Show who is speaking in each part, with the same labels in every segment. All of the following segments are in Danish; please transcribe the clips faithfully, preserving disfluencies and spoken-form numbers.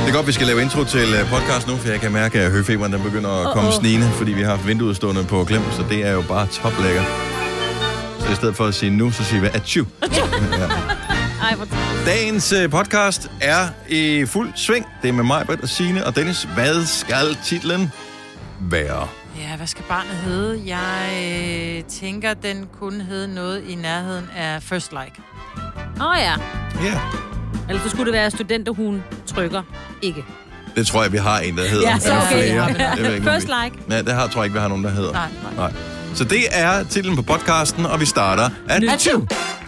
Speaker 1: Det er godt, vi skal lave intro til podcast nu, for jeg kan mærke, at høfeberen den begynder at komme uh-oh. snigende, fordi vi har haft vinduet stående på klem, så det er jo bare toplækkert. Så i stedet for at sige nu, så siger vi atju. Ja. Dagens podcast er i fuld sving. Det er med mig, Britt og Signe og Dennis. Hvad skal titlen være?
Speaker 2: Ja, hvad skal barnet hedde? Jeg øh, tænker, den kunne hedde noget i nærheden af First Like.
Speaker 3: Åh oh, ja.
Speaker 1: Ja.
Speaker 3: Eller så skulle det være studenterhuen trykker. Ikke.
Speaker 1: Det tror jeg, vi har en, der hedder.
Speaker 3: Ja, så okay.
Speaker 1: Ja, det
Speaker 3: First Like.
Speaker 1: Nej, det har, tror jeg ikke, vi har nogen, der hedder.
Speaker 2: Nej, nej.
Speaker 1: nej. Så det er titlen på podcasten, og vi starter atju.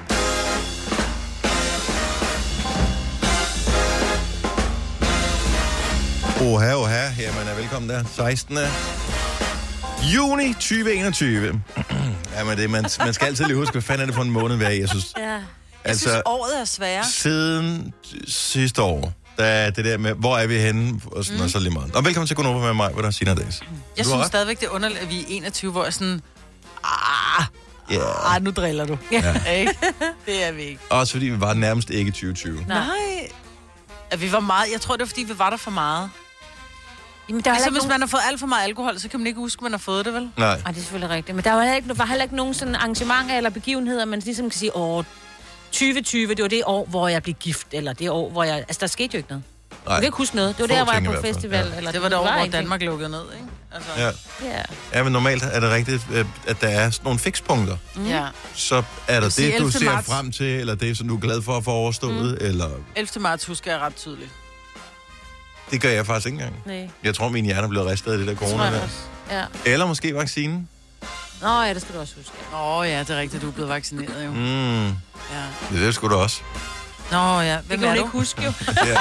Speaker 1: Oha, oha. Jamen, velkommen der. sekstende juni tyve enogtyve. Jamen, det, man, man skal altid lige huske, hvad fanden er det for en måned, hvad jeg synes.
Speaker 2: Ja. Jeg
Speaker 1: altså,
Speaker 2: synes, året er svære.
Speaker 1: Siden sidste år, der er det der med, hvor er vi henne, og, sådan, mm. og så lige meget. Og velkommen til Gunova med mig, hvor der er Signe og Dennis.
Speaker 2: Jeg synes stadigvæk, det er underligt, at vi er enogtyve, hvor jeg sådan... Ah, yeah. ah, nu driller du. Ja. Ikke? Det er vi ikke.
Speaker 1: Også fordi vi var nærmest ikke tyve tyve.
Speaker 2: Nej. At vi var meget... Jeg tror, det var, fordi vi var der for meget.
Speaker 3: Jamen, der er
Speaker 2: ligesom hvis
Speaker 3: nogen...
Speaker 2: man har fået alt for meget alkohol, så kan man ikke huske, at man har fået det, vel?
Speaker 1: Nej.
Speaker 3: Ej, det er selvfølgelig rigtigt. Men der var heller ikke, var heller ikke nogen sådan arrangementer eller begivenheder, man ligesom kan sige, åh, tyve tyve, det var det år, hvor jeg blev gift, eller det år, hvor jeg... Altså, der skete jo ikke noget. Nej. Jeg kan ikke huske noget. Det var der, hvor jeg var på festival. Ja. Eller
Speaker 2: det var det år, hvor Danmark lukkede ned, ikke? Altså.
Speaker 1: Ja.
Speaker 3: Ja.
Speaker 1: Ja, men normalt er det rigtigt, at der er sådan nogle fikspunkter.
Speaker 2: Mm. Ja.
Speaker 1: Så er der det, du ser
Speaker 2: marts.
Speaker 1: frem til, eller det, som du er glad for at få overstået, mm. eller...
Speaker 2: ellevte marts husker jeg ret tydeligt.
Speaker 1: Det gør jeg faktisk ikke engang.
Speaker 3: Nej.
Speaker 1: Jeg tror, min hjerne er blevet ristet af det der corona der.
Speaker 3: Ja.
Speaker 1: Eller måske vaccinen.
Speaker 3: Nå ja, det skal du også huske.
Speaker 2: Åh oh, ja, det er rigtigt, du er blevet vaccineret jo.
Speaker 1: Mm.
Speaker 2: Ja.
Speaker 1: Det, det skulle du også.
Speaker 2: Nå ja, hvem
Speaker 3: det
Speaker 2: er du?
Speaker 3: ikke huske jo.
Speaker 1: Ja.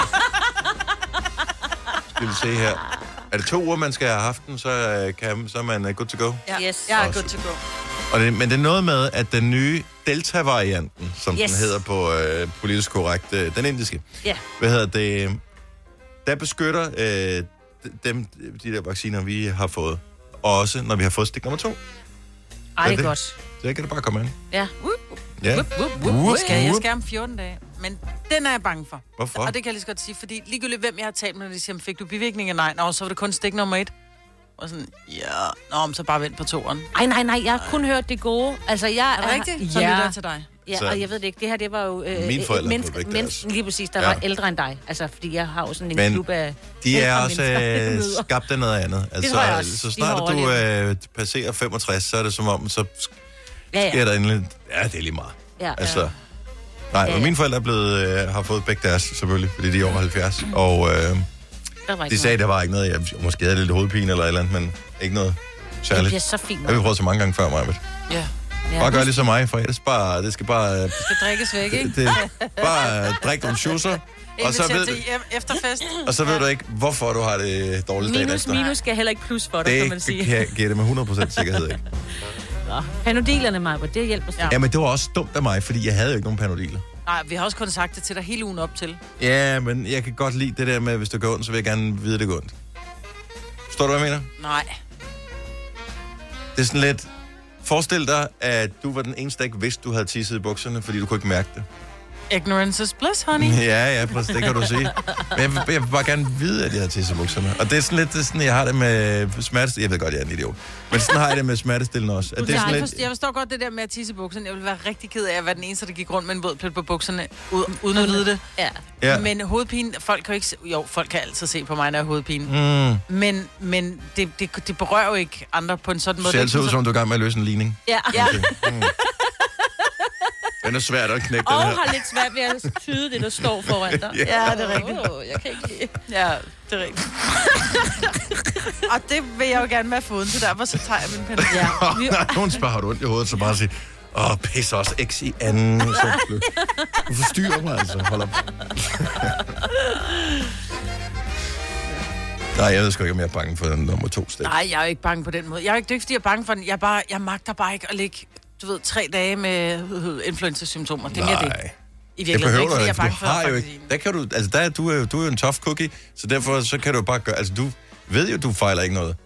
Speaker 1: Skal vi se her. Er det to uger, man skal have haft den, så, kan, så er man good to go?
Speaker 2: Ja,
Speaker 3: yes.
Speaker 2: jeg er good to go.
Speaker 1: Og det, men det er noget med, at den nye Delta-varianten, som yes. den hedder på øh, politisk korrekt, øh, den indiske,
Speaker 3: ja.
Speaker 1: hvad hedder det, der beskytter øh, dem, de der vacciner, vi har fået, også når vi har fået stik nummer to.
Speaker 3: Ej, det er
Speaker 1: det,
Speaker 3: godt.
Speaker 1: Så kan det bare komme ind.
Speaker 3: Ja.
Speaker 1: Ja.
Speaker 2: Wup, wup, wup. Wup, skal jeg skal om fjorten dage. Men den er jeg bange for.
Speaker 1: Hvorfor?
Speaker 2: Og det kan jeg lige så godt sige, fordi ligegyldigt hvem jeg har talt med, når de siger, fik du bivirkninger? Nej, nå, så var det kun stik nummer et. Og sådan, ja, nå, så bare vent på toeren.
Speaker 3: Ej, nej, nej, jeg har kun hørt det gode. Altså, jeg
Speaker 2: er det rigtigt? Så
Speaker 3: ja.
Speaker 2: lytter jeg til dig.
Speaker 3: Ja, så. Og jeg ved det ikke, det her, det var jo... Øh,
Speaker 1: Mine forældre
Speaker 3: menneske,
Speaker 1: på
Speaker 3: menneske, lige præcis, der ja. var ældre end dig. Altså, fordi jeg har jo sådan en
Speaker 1: men
Speaker 3: klub af...
Speaker 1: de er også øh, skabt af noget andet. Altså, så snart du øh, passerer femogtres, så er det som om, så
Speaker 3: ja, ja.
Speaker 1: sker der endelig... Ja, det er lige meget.
Speaker 3: Ja.
Speaker 1: Altså... Nej, ja, ja. mine forældre er blevet, øh, har fået begge deres, selvfølgelig, fordi de er over halvfjerds. Og øh, de sagde, der var ikke noget, jeg måske havde lidt hovedpine eller et eller andet, men ikke noget særligt.
Speaker 3: Det bliver så fint.
Speaker 1: Det har vi prøvet så mange gange før, Majbet.
Speaker 2: Ja.
Speaker 1: Ja. Bare gør ligesom mig, for det, bare, det skal bare...
Speaker 2: Det skal drikkes væk, ikke?
Speaker 1: Det, det, bare drik nogle schusser, og så ved du...
Speaker 2: efterfest.
Speaker 1: Og så ved du ikke, hvorfor du har det dårligt dagen efter.
Speaker 3: Minus skal heller ikke plus for dig, kan man sige.
Speaker 1: Det kan jeg give det med hundrede procent sikkerhed, ikke?
Speaker 3: Panodilerne, Majbet, det hjælper sig.
Speaker 1: Ja. ja, men det var også dumt af mig, fordi jeg havde jo ikke nogen panodiler.
Speaker 2: Nej, vi har også kun sagt det til dig hele ugen op til.
Speaker 1: Ja, men jeg kan godt lide det der med, hvis det går ondt, så vil jeg gerne vide, det går ondt. Forstår du, hvad jeg mener?
Speaker 2: Nej.
Speaker 1: Det er sådan lidt... Forestil dig, at du var den eneste, der ikke vidste, du havde tisset i bukserne, fordi du kunne ikke mærke det.
Speaker 2: Ignorance is bliss, honey.
Speaker 1: Ja, ja, præcis, det kan du sige. Men jeg vil, jeg vil bare gerne vide, at jeg har tisset i bukserne. Og det er sådan lidt, det er sådan, jeg har det med smertestillende. Jeg ved godt, jeg er en idiot. Men sådan har jeg det med smertestillende også. At det er sådan lidt...
Speaker 2: Jeg forstår godt det der med at tisse i bukserne. Jeg ville være rigtig ked af at være den eneste, der gik rundt med en våd plet på bukserne, uden at vide det.
Speaker 3: Ja.
Speaker 1: Ja.
Speaker 2: Men hovedpine, folk kan jo ikke... Jo, folk kan altid se på mig, når jeg har hovedpine.
Speaker 1: Mm.
Speaker 2: Men, men det, det, det berører jo ikke andre på en sådan måde.
Speaker 1: Det ser altid ud, som du er i gang med at løse en ligning.
Speaker 3: Ja.
Speaker 2: Ja.
Speaker 1: Okay. Mm. Den er svært at knække,
Speaker 3: og
Speaker 1: den her.
Speaker 3: Og har lidt svært ved at tyde det, der står foran dig.
Speaker 2: Ja, det er rigtigt.
Speaker 3: Oh, jeg kan ikke...
Speaker 2: Ja, det er rigtigt. Og det vil jeg jo gerne med foden, så derfor så tager jeg min pen. Ja.
Speaker 1: Nej, nogen spørger, har du ondt i hovedet, så bare sige, åh, pisse også, X i anden. Så du forstyrrer mig, altså. Hold op. Nej, jeg ved sgu ikke, om jeg er bange for den nummer to stik.
Speaker 2: Nej, jeg er ikke bange på den måde. Jeg er ikke, det er ikke, fordi jeg er bange for den. Jeg, bare, jeg magter bare ikke at ligge, du ved, tre dage med influenza-symptomer. Det er mere det.
Speaker 1: Det
Speaker 2: I virkeligheden.
Speaker 1: behøver
Speaker 2: ikke,
Speaker 1: du
Speaker 2: jeg er
Speaker 1: ikke.
Speaker 2: bange
Speaker 1: Du
Speaker 2: for
Speaker 1: har jo ikke. Der kan du, altså der er du, er, du er jo en tough cookie, så derfor så kan du bare gøre, altså du ved jo, du fejler ikke noget.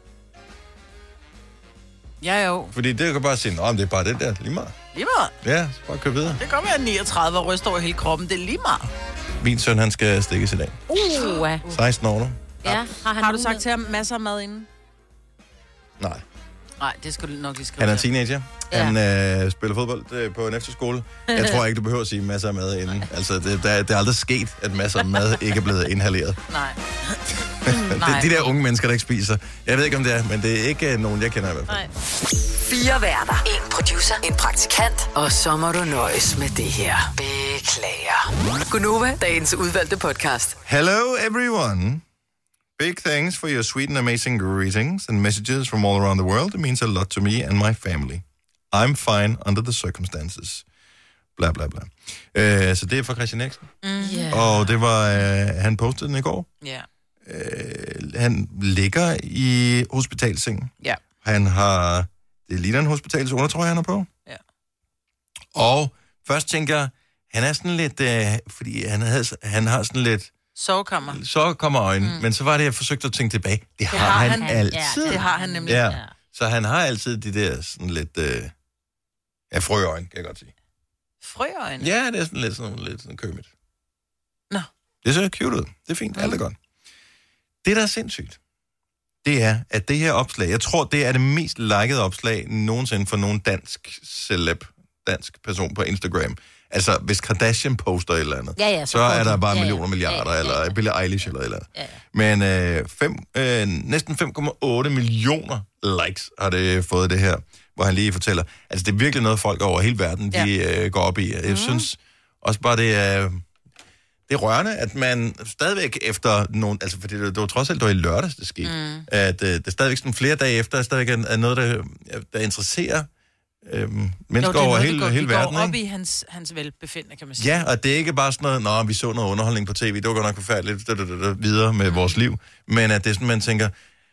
Speaker 2: Ja, jo.
Speaker 1: Fordi det kan bare sige, nå, det er bare det der, lige meget.
Speaker 2: Lige meget?
Speaker 1: Ja, så bare kør videre.
Speaker 2: Det kommer jeg niogtredive og ryster over hele kroppen, det er lige meget.
Speaker 1: Min søn, han skal stikkes i dag.
Speaker 3: Uh,
Speaker 1: seksten år nu.
Speaker 3: Ja, har, han
Speaker 2: har du sagt til ham masser af mad inden?
Speaker 1: Nej.
Speaker 2: Nej, det skal du nok lige skrive.
Speaker 1: Han er teenager. Ja. Han øh, spiller fodbold øh, på en efterskole. Jeg tror ikke, du behøver at sige masser af mad inden. Altså, det, der, det er aldrig sket, at masser af mad ikke er blevet inhaleret.
Speaker 2: Nej.
Speaker 1: de, de der unge mennesker, der ikke spiser. Jeg ved ikke, om det er, men det er ikke nogen, jeg kender i hvert fald.
Speaker 4: Nej. Fire værter. En producer. En praktikant. Og så må du nøjes med det her. Beklager. Gunova, dagens udvalgte podcast.
Speaker 1: Hello everyone. Big thanks for your sweet and amazing greetings and messages from all around the world. It means a lot to me and my family. I'm fine under the circumstances. Bla bla bla. Uh, så det er fra Christian Eriksen.
Speaker 2: Mm. Yeah.
Speaker 1: Og det var, uh, han postede den i går.
Speaker 2: Ja.
Speaker 1: Yeah. Uh, han ligger i hospitalsengen.
Speaker 2: Ja. Yeah.
Speaker 1: Han har, det ligner en hospitalsundertrøje, han har på.
Speaker 2: Ja. Yeah.
Speaker 1: Og først tænker jeg, han er sådan lidt, uh, fordi han, havde, han har sådan lidt,
Speaker 2: sovekammer.
Speaker 1: Så kommer øjnene. Mm. Men så var det, jeg forsøgte at tænke tilbage. Det, det har, har han, han altid.
Speaker 2: Ja, det har han nemlig.
Speaker 1: Ja. Ja. Så han har altid de der sådan lidt... Øh, ja, frøøjne, kan jeg godt sige.
Speaker 2: Frøøjne?
Speaker 1: Ja, det er sådan lidt sådan, lidt sådan kømmet.
Speaker 2: Nå.
Speaker 1: Det ser cute ud. Det er fint. Mm. Alt er godt. Det, der er sindssygt, det er, at det her opslag... Jeg tror, det er det mest likede opslag nogensinde for nogen dansk celeb, dansk person på Instagram. Altså, hvis Kardashian poster et eller andet,
Speaker 3: ja, ja, så,
Speaker 1: så er der bare
Speaker 3: ja,
Speaker 1: millioner, milliarder, ja, ja, ja, ja. eller Billie Eilish eller et eller andet.
Speaker 3: Ja, ja.
Speaker 1: Men øh, fem, øh, næsten fem komma otte millioner likes har det fået det her, hvor han lige fortæller. Altså, det er virkelig noget, folk over hele verden, de ja. øh, går op i. Jeg mm. synes også bare, det er, det er rørende, at man stadigvæk efter nogle... Altså, fordi det, det var trods alt, det var i lørdags, det skete. Mm. At øh, det er stadigvæk sådan flere dage efter, at stadigvæk er noget, der, der interesserer Øhm, mennesker over hele,
Speaker 2: går,
Speaker 1: hele verden,
Speaker 2: går op
Speaker 1: ikke?
Speaker 2: i hans, hans velbefindende, kan man sige.
Speaker 1: Ja, og det er ikke bare sådan noget, nå, vi så noget underholdning på tv, det var godt nok forfærdeligt, da, da, da, da, videre med mm. vores liv, men at det er sådan, man tænker,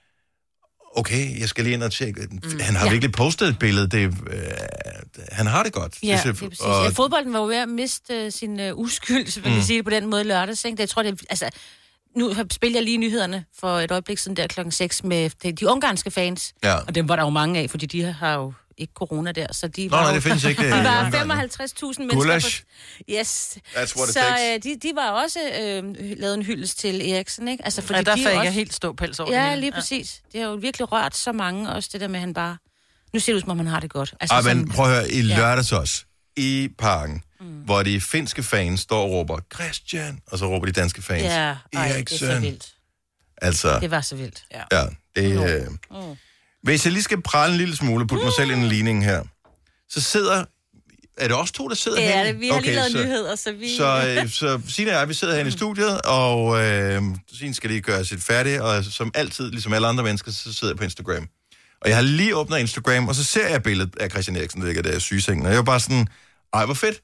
Speaker 1: okay, jeg skal lige ind og tjekke. Mm. Han har ja. virkelig postet et billede, det, øh, han har det godt.
Speaker 3: Ja,
Speaker 1: det,
Speaker 3: det er præcis. Og... Ja, fodbolden var jo ved at miste uh, sin uh, uskyld, så vil mm. jeg sige det på den måde lørdags, ikke? Det, jeg tror, det er, altså, nu spiller jeg lige nyhederne for et øjeblik siden der klokken seks med de, de ungarske fans,
Speaker 1: ja.
Speaker 3: og dem var der jo mange af, fordi de har jo ikke corona der, så de
Speaker 1: Nå,
Speaker 3: var
Speaker 1: nej,
Speaker 3: jo,
Speaker 1: det findes ikke. Det,
Speaker 3: de var femoghalvtreds tusind mennesker.
Speaker 1: Gulasch.
Speaker 3: Yes.
Speaker 1: That's what it
Speaker 3: så
Speaker 1: takes.
Speaker 3: øh, de, de var også øh, lavet en hyldest til Eriksen, ikke? Altså, fordi
Speaker 2: ja, der
Speaker 3: de
Speaker 2: fik
Speaker 3: også...
Speaker 2: jeg helt stå pels over.
Speaker 3: Ja, lige præcis. Det har jo virkelig rørt så mange, også det der med, at han bare... Nu ser det ud, som om han har det godt.
Speaker 1: Altså, Ej, men prøv at høre, i lørdags også, i parken, mm. hvor de finske fans står og råber, Christian, og så råber de danske fans,
Speaker 3: ja, ej,
Speaker 1: Eriksen.
Speaker 3: Det er så vildt.
Speaker 1: Altså...
Speaker 3: Det var så vildt.
Speaker 1: Ja, ja det... Øh... Mm. Hvis jeg lige skal prale en lille smule, putte mig selv i en ligning her, så sidder... Er det også to, der sidder
Speaker 3: her?
Speaker 1: her?
Speaker 3: Ja, det, vi har okay, lige lavet så, nyheder, så vi...
Speaker 1: Så, så Signe og jeg, vi sidder herinde i studiet, og øh, Signe skal lige gøre sit færdigt, og som altid, ligesom alle andre mennesker, så sidder jeg på Instagram. Og jeg har lige åbnet Instagram, og så ser jeg billedet af Christian Eriksen, der ligger der i sygesengen, og jeg var bare sådan, ej, hvor fedt.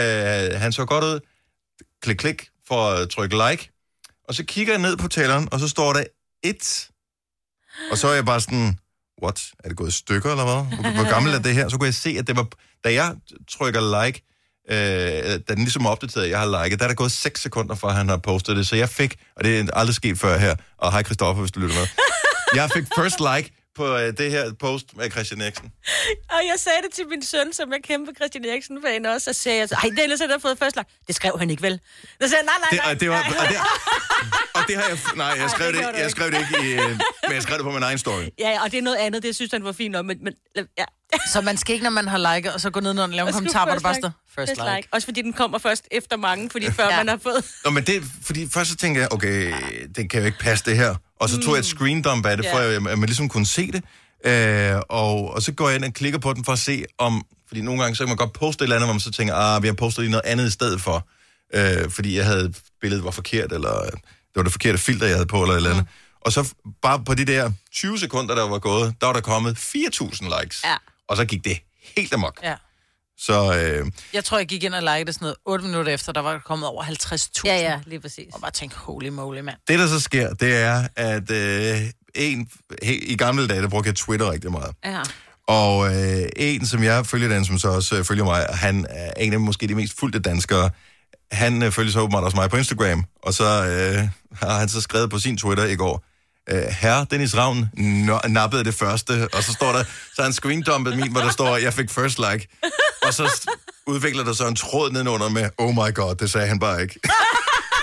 Speaker 1: Øh, han så godt ud. Klik, klik, for at trykke like. Og så kigger jeg ned på tælleren, og så står der et. Og så er jeg bare sådan... What? Er det gået i stykker, eller hvad? Hvor gammel er det her? Så kunne jeg se, at det var... Da jeg trykker like, øh, da den ligesom er opdateret, jeg har liket, der er der gået seks sekunder, fra han har postet det. Så jeg fik, og det er aldrig sket før her, og hej Christoffer, hvis du lytter med. Jeg fik first like på øh, det her post med Christian Eriksen.
Speaker 3: Og jeg sagde det til min søn, som er kæmpe Christian Eriksen-fan også, og sagde jeg så, ej, Dennis har fået first like. Det skrev han ikke vel? Så sagde jeg, nej, nej, nej.
Speaker 1: Det, og, det var, og, det, og det har jeg... Nej, jeg skrev, det, jeg skrev det ikke i... Men jeg skrev det på min egen story.
Speaker 3: Ja, og det er noget andet, det synes han var fint om, men... men ja.
Speaker 2: Så man skal ikke, når man har liket, og så gå ned og lave en kommentar, hvor det bare står first, first like. like.
Speaker 3: Også fordi den kommer først efter mange, fordi før ja. man har fået...
Speaker 1: Nå, men det... Fordi først så tænker jeg, okay, det kan jo ikke passe det her. Og så tog jeg et screen dump af det, for yeah. at man ligesom kunne se det. Øh, og, og så går jeg ind og klikker på den for at se om... Fordi nogle gange, så kan man godt poste et eller andet, hvor man så tænker, ah, vi har postet lige noget andet i stedet for. Øh, fordi jeg havde... Billedet var forkert, eller det var det forkerte filter, jeg havde på, eller et eller andet. Mm. Og så bare på de der tyve sekunder, der var gået, der var der kommet fire tusind likes.
Speaker 3: Ja.
Speaker 1: Og så gik det helt amok.
Speaker 2: Ja.
Speaker 1: Så, øh...
Speaker 2: Jeg tror, jeg gik ind og likede sådan noget otte minutter efter, der var kommet over halvtreds tusind.
Speaker 3: Ja, ja, lige præcis.
Speaker 2: Og bare tænkte, holy moly, mand.
Speaker 1: Det, der så sker, det er, at øh, en... I gamle dage, der brugte jeg Twitter rigtig meget.
Speaker 3: Ja.
Speaker 1: Og øh, en, som jeg følger, den som så også øh, følger mig, han er en af måske de mest fulgte danskere. Han øh, følger så åbenbart også mig på Instagram. Og så øh, har han så skrevet på sin Twitter i går, herre Dennis Ravn nappede det første, og så står der, så har han screendumpet min, hvor der står, jeg fik first like. Og så udvikler der så en tråd nedenunder med, oh my god, det sagde han bare ikke.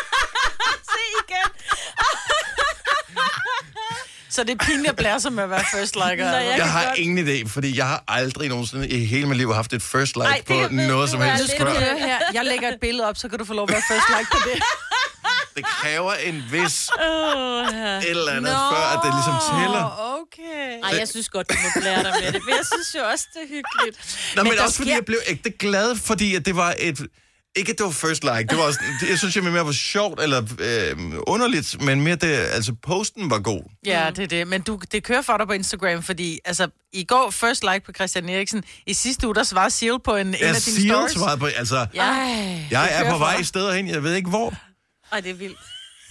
Speaker 2: Så det er pinligt at blære sig med at være first liker.
Speaker 1: Jeg, jeg har godt... ingen idé, fordi jeg har aldrig nogensinde i hele mit liv haft et first like Ej, på noget som helst.
Speaker 2: Skal du høre her? Jeg lægger et billede op, så kan du få lov at være first like på det.
Speaker 1: Det kræver en vis uh, et eller andet, no, før at det ligesom tæller.
Speaker 3: Okay. Ej, jeg synes godt, du må blære dig med det, men jeg synes jo også, det er hyggeligt.
Speaker 1: Nå, men, men også sker... fordi jeg blev ægte glad, fordi at det var et... Ikke at det var first like, det var også, det, jeg synes jeg mere var sjovt eller øh, underligt, men mere det, altså posten var god.
Speaker 2: Ja, det er det, men du, det kører for dig på Instagram, fordi altså, i går first like på Christian Eriksen, i sidste uge, der svarede Seal på en, en af dine stories. Ja, Seal svarede på, altså,
Speaker 3: ja.
Speaker 1: jeg er på vej i steder hen, jeg ved ikke hvor.
Speaker 3: Ej, det er vildt.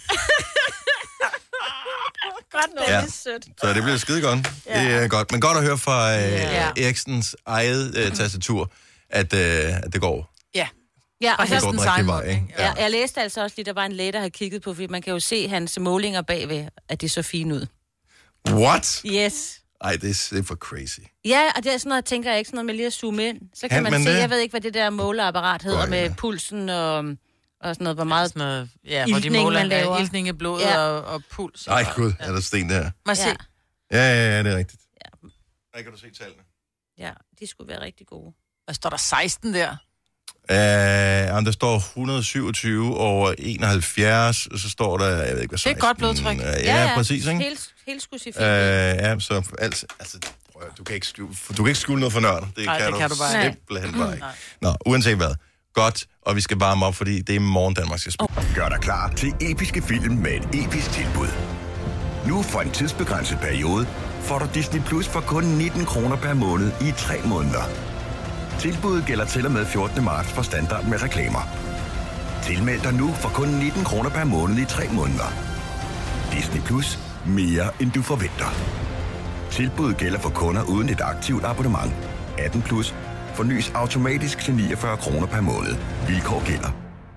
Speaker 3: Godt nok, ja. Det er sødt.
Speaker 1: Så det bliver skide godt. Ja. Det er godt, men godt at høre fra øh, ja. Eriksens eget øh, tastatur, at, øh, at det går.
Speaker 2: Ja.
Speaker 3: Ja, og
Speaker 1: det går den rigtige vej, ikke?
Speaker 3: Ja. Ja, jeg læste altså også lige, der var en læge, der havde kigget på, fordi man kan jo se hans målinger bagved, at det så fint ud.
Speaker 1: What?
Speaker 3: Yes.
Speaker 1: Ej, det er, det er for crazy.
Speaker 3: Ja, og det er sådan noget, tænker jeg ikke, sådan noget med lige at zoome ind. Så kan, kan man, man se, det? Jeg ved ikke, hvad det der måleapparat hedder Godt, med ja. pulsen og, og sådan noget, hvor meget
Speaker 2: sådan noget, ja, hvor de måler man laver. Iltning i blodet ja. og, og puls.
Speaker 1: Ej, gud, er der sten der?
Speaker 2: Må jeg se?
Speaker 1: Ja, ja, ja, det er rigtigt. Ja. Ej, kan du se tallene?
Speaker 3: Ja, de skulle være rigtig gode.
Speaker 2: Og står der seksten der?
Speaker 1: Uh, der står et hundrede og syvogtyve over enoghalvfjerds, og så står der, jeg ved ikke hvad, seksten.
Speaker 2: Det er godt blodtryk.
Speaker 1: Uh, ja, ja, ja, præcis, ikke?
Speaker 3: Helt, helt skudsigt.
Speaker 1: Uh, ja, så altså, altså du kan ikke skjule, du kan ikke skjule noget for nørden. Det,
Speaker 2: Ej,
Speaker 1: kan,
Speaker 2: det
Speaker 1: du
Speaker 2: kan du bare
Speaker 1: simpelthen bare ikke. Nå, uanset hvad. Godt, og vi skal varme op, fordi det er morgen Danmark skal spille.
Speaker 5: Oh. Gør dig klar til episke film med et episk tilbud. Nu for en tidsbegrænset periode får du Disney Plus for kun nitten kroner per måned i tre måneder. Tilbuddet gælder til og med fjortende marts for standard med reklamer. Tilmeld dig nu for kun nitten kroner per måned i tre måneder. Disney Plus. Mere end du forventer. Tilbuddet gælder for kunder uden et aktivt abonnement. atten plus. Fornyes automatisk til niogfyrre kroner per måned. Vilkår gælder.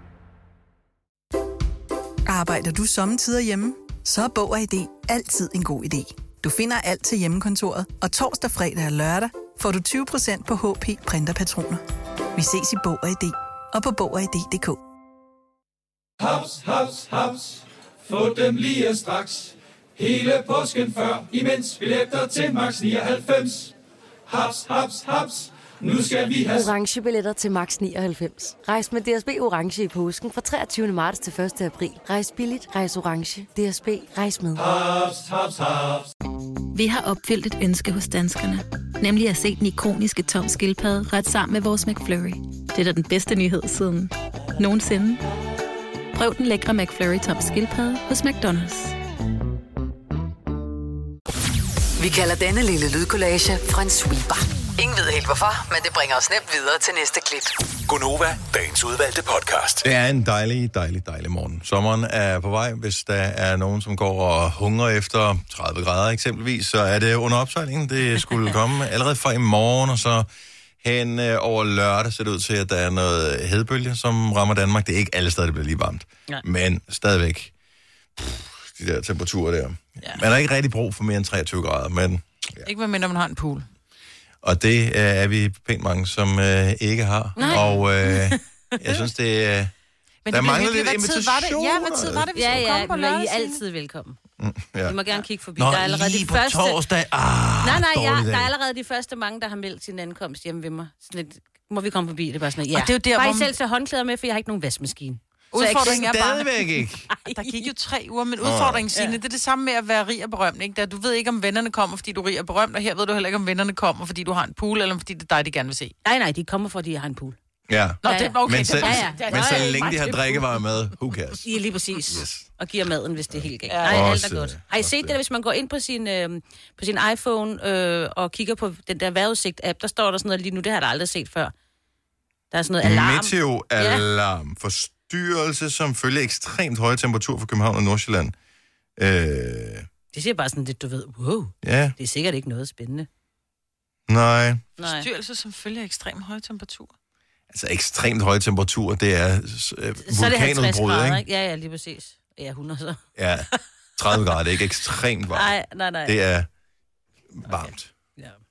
Speaker 6: Arbejder du sommetider hjemme? Så er Bog og I D altid en god idé. Du finder alt til hjemmekontoret, og torsdag, fredag og lørdag får du tyve procent på H P printerpatroner. Vi ses i Bog og I D og på bog og i d punktum d k.
Speaker 7: Haps, haps, haps. Få dem lige straks. Hele påsken før, imens billetter til max nioghalvfems. Haps, haps, haps. Nu skal vi have
Speaker 8: orange billetter til max nioghalvfems. Rejs med D S B Orange i påsken fra treogtyvende marts til første april. Rejs billigt, rejs orange. D S B, rejs med.
Speaker 7: Haps, haps, haps.
Speaker 9: Vi har opfyldt et ønske hos danskerne. Nemlig at se den ikoniske Tom Skildpadde ret sammen med vores McFlurry. Det er da den bedste nyhed siden nogensinde. Prøv den lækre McFlurry Tom Skildpadde hos McDonald's.
Speaker 4: Vi kalder denne lille lydkollage en sweeper. Ingen ved helt hvorfor, men det bringer os nemt videre til næste klip.
Speaker 5: Gonova, dagens udvalgte podcast.
Speaker 1: Det er en dejlig, dejlig, dejlig morgen. Sommeren er på vej. Hvis der er nogen, som går og hungrer efter tredive grader eksempelvis, så er det under opsejlingen. Det skulle komme allerede fra i morgen, og så hen over lørdag ser det ud til, at der er noget hedebølge, som rammer Danmark. Det er ikke alle steder, det bliver lige varmt. Nej. Men stadigvæk, pff, de der temperaturer der. Ja. Man har ikke rigtig brug for mere end treogtyve grader, men...
Speaker 2: Ja. Ikke medmindre man har en pool.
Speaker 1: Og det øh, er vi pænt mange, som øh, ikke har. Nej. Og øh, jeg synes, det øh,
Speaker 2: men
Speaker 1: der
Speaker 2: det
Speaker 1: mangler lidt
Speaker 2: invitationer. Ja, hvad tid var det, vi
Speaker 3: ja,
Speaker 2: skulle
Speaker 3: ja,
Speaker 2: komme på lørdag?
Speaker 3: I er altid velkommen.
Speaker 1: Mm, ja.
Speaker 3: I må gerne kigge forbi.
Speaker 1: Nå,
Speaker 3: der er allerede
Speaker 1: lige
Speaker 3: de
Speaker 1: på
Speaker 3: første...
Speaker 1: torsdag. Ah,
Speaker 3: nej, nej, ja, der er allerede de første mange, der har meldt sin ankomst hjemme ved mig. Sådan lidt, må vi komme forbi? Det er bare sådan noget, ja. Og det er jo der, bare hvor man... selv tage håndklæder med, for jeg har ikke nogen vaskemaskine.
Speaker 2: Udfordringen er bare...
Speaker 1: Stadigvæk ikke.
Speaker 2: Der gik jo tre uger, men udfordringen, Signe, ja. Det er det samme med at være rig og berømt, ikke? Der, du ved ikke, om vennerne kommer, fordi du er rig og berømt, og her ved du heller ikke, om vennerne kommer, fordi du har en pool, eller fordi det er dig, de gerne vil se.
Speaker 3: Nej, nej, de kommer, fordi jeg har en pool.
Speaker 1: Ja.
Speaker 2: Nå, det er okay.
Speaker 1: Men så,
Speaker 2: det,
Speaker 1: ja, ja. Men så længe de har drikkevarer med, who cares?
Speaker 3: Ja, lige præcis. Yes. Og giver maden, hvis det er helt galt.
Speaker 2: Ja.
Speaker 3: Nej, alt er godt. Har I set det, hvis man går ind på sin, øh, på sin iPhone øh, og kigger på den der vejrudsigt-app, der står der sådan noget lige nu, det har jeg aldrig set før. Der er sådan noget alarm.
Speaker 1: Meteo-alarm. Ja. Forstyrrelse, som følger ekstremt høje temperatur for København og Nordsjælland. Øh...
Speaker 3: Det siger bare sådan lidt, du ved, wow,
Speaker 1: ja.
Speaker 3: Det er sikkert ikke noget spændende.
Speaker 1: Nej.
Speaker 2: Forstyrrelse, som følger ekstremt høje temperatur.
Speaker 1: Altså ekstremt høje temperatur, det er øh, vulkanudbrud, ikke?
Speaker 3: ikke? Ja, ja, lige præcis. Ja, hundrede så.
Speaker 1: Ja, tredive grader, det er ikke ekstremt varmt.
Speaker 3: Nej, nej, nej.
Speaker 1: Det er varmt.
Speaker 3: Okay. Ja.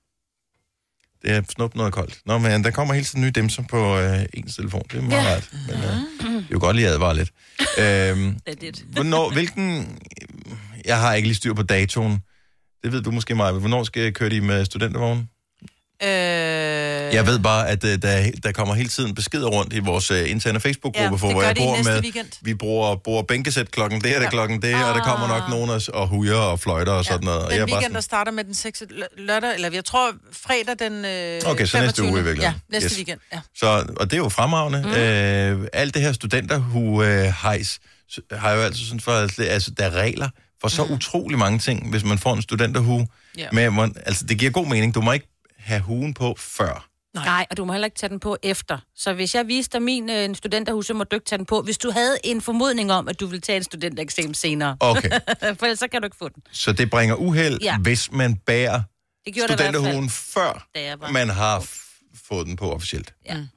Speaker 1: Det er snubt noget koldt. Nå, men der kommer hele tiden nye dimser på øh, ens telefon. Det er meget ja. Rart. Men øh, det er jo godt lige at advare lidt. øhm,
Speaker 3: det er det.
Speaker 1: Hvornår, hvilken... Jeg har ikke lige styr på datoen. Det ved du måske meget. Hvornår skal jeg køre de med studentervognen?
Speaker 2: Øh...
Speaker 1: Jeg ved bare, at uh, der, der kommer hele tiden beskeder rundt i vores uh, interne Facebook-gruppe,
Speaker 2: ja,
Speaker 1: for hvor jeg bor med.
Speaker 2: Weekend.
Speaker 1: Vi bruger, bruger bænkesæt klokken det, og det er klokken det, ah. og der kommer nok nogen og, og hujer og fløjter og ja. sådan noget. Og
Speaker 2: den
Speaker 1: jeg
Speaker 2: weekend,
Speaker 1: sådan...
Speaker 2: der starter med den seks lørdag, eller jeg tror fredag den øh,
Speaker 1: okay, så
Speaker 2: femogtyvende
Speaker 1: næste uge i virkeligheden.
Speaker 2: Ja, næste
Speaker 1: yes.
Speaker 2: weekend, ja.
Speaker 1: Så, og det er jo fremragende. Mm. Øh, alt det her studenterhue-hejs øh, har jo altid sådan for, at altså, der er regler for så mm. utrolig mange ting, hvis man får en studenterhue. Yeah. Med, man, altså, det giver god mening. Du må ikke have huen på før.
Speaker 3: Nej. Nej, og du må heller ikke tage den på efter. Så hvis jeg viste dig min øh, studenterhus, så må du ikke tage den på, hvis du havde en formodning om, at du ville tage en studentereksamen senere.
Speaker 1: Okay.
Speaker 3: For ellers så kan du ikke få den.
Speaker 1: Så det bringer uheld, ja. hvis man bærer studenterhuen før man har f- fået den på officielt.
Speaker 3: Ja. Mm.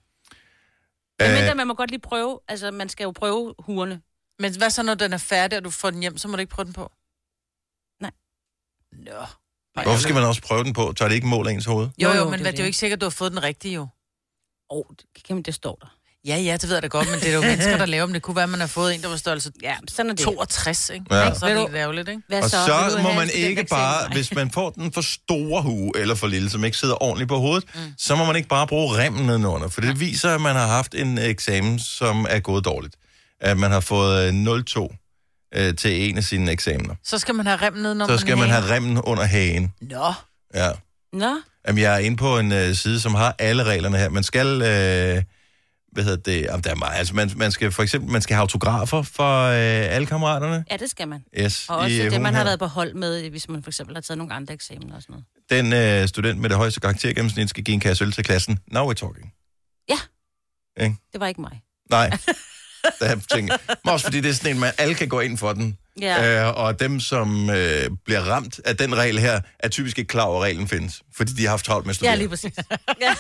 Speaker 3: Men mindre, man må godt lige prøve, altså man skal jo prøve huerne.
Speaker 2: Men hvad så, når den er færdig, og du får den hjem, så må du ikke prøve den på?
Speaker 3: Nej.
Speaker 2: Nå.
Speaker 1: Hvorfor skal man også prøve den på? Tager det ikke mål af ens hoved?
Speaker 2: Jo, jo, jo men det er, det er jo ikke sikkert, at du har fået den rigtige, jo.
Speaker 3: Åh, oh, det, det står der.
Speaker 2: Ja, ja, det ved jeg da godt, men det er jo mennesker, der laver dem. Det kunne være, at man har fået en, der var størrelse
Speaker 3: ja, sådan er det.
Speaker 2: toogtres, ikke?
Speaker 1: Ja.
Speaker 2: Så er det lidt ærgerligt, ikke?
Speaker 1: Hvad så? Og så må man ikke bare, hvis man får den for store hue, eller for lille, som ikke sidder ordentligt på hovedet, mm. så må man ikke bare bruge remmen nedenunder, for det viser, at man har haft en eksamen, som er gået dårligt. At man har fået nul to øh, til en af sine eksamener.
Speaker 2: Så skal man have remmen nedenunder.
Speaker 1: Så skal man have remmen under hagen.
Speaker 2: Nå.
Speaker 1: Ja.
Speaker 3: Nå.
Speaker 1: Jamen, jeg er inde på en øh, side, som har alle reglerne her. Man skal, øh, hvad hedder det, jamen, der er meget, altså man, man skal for eksempel, man skal have autografer for øh, alle kammeraterne.
Speaker 3: Ja, det skal man.
Speaker 1: Yes,
Speaker 3: og også
Speaker 1: i,
Speaker 3: det, man
Speaker 1: her.
Speaker 3: har været på hold med, hvis man for eksempel har taget nogle andre eksamener og sådan noget.
Speaker 1: Den øh, student med det højeste karaktergennemsnit skal give en kasse øl til klassen. Now we're talking.
Speaker 3: Ja.
Speaker 1: Ikke?
Speaker 3: Det var ikke mig.
Speaker 1: Nej. Der er ting. Men også fordi det er sådan en, man alle kan gå ind for den.
Speaker 3: Ja.
Speaker 1: Øh, og dem, som øh, bliver ramt af den regel her, er typisk ikke klar over, at reglen findes. Fordi de har haft travlt med at studere.
Speaker 3: Ja, lige præcis. Ja.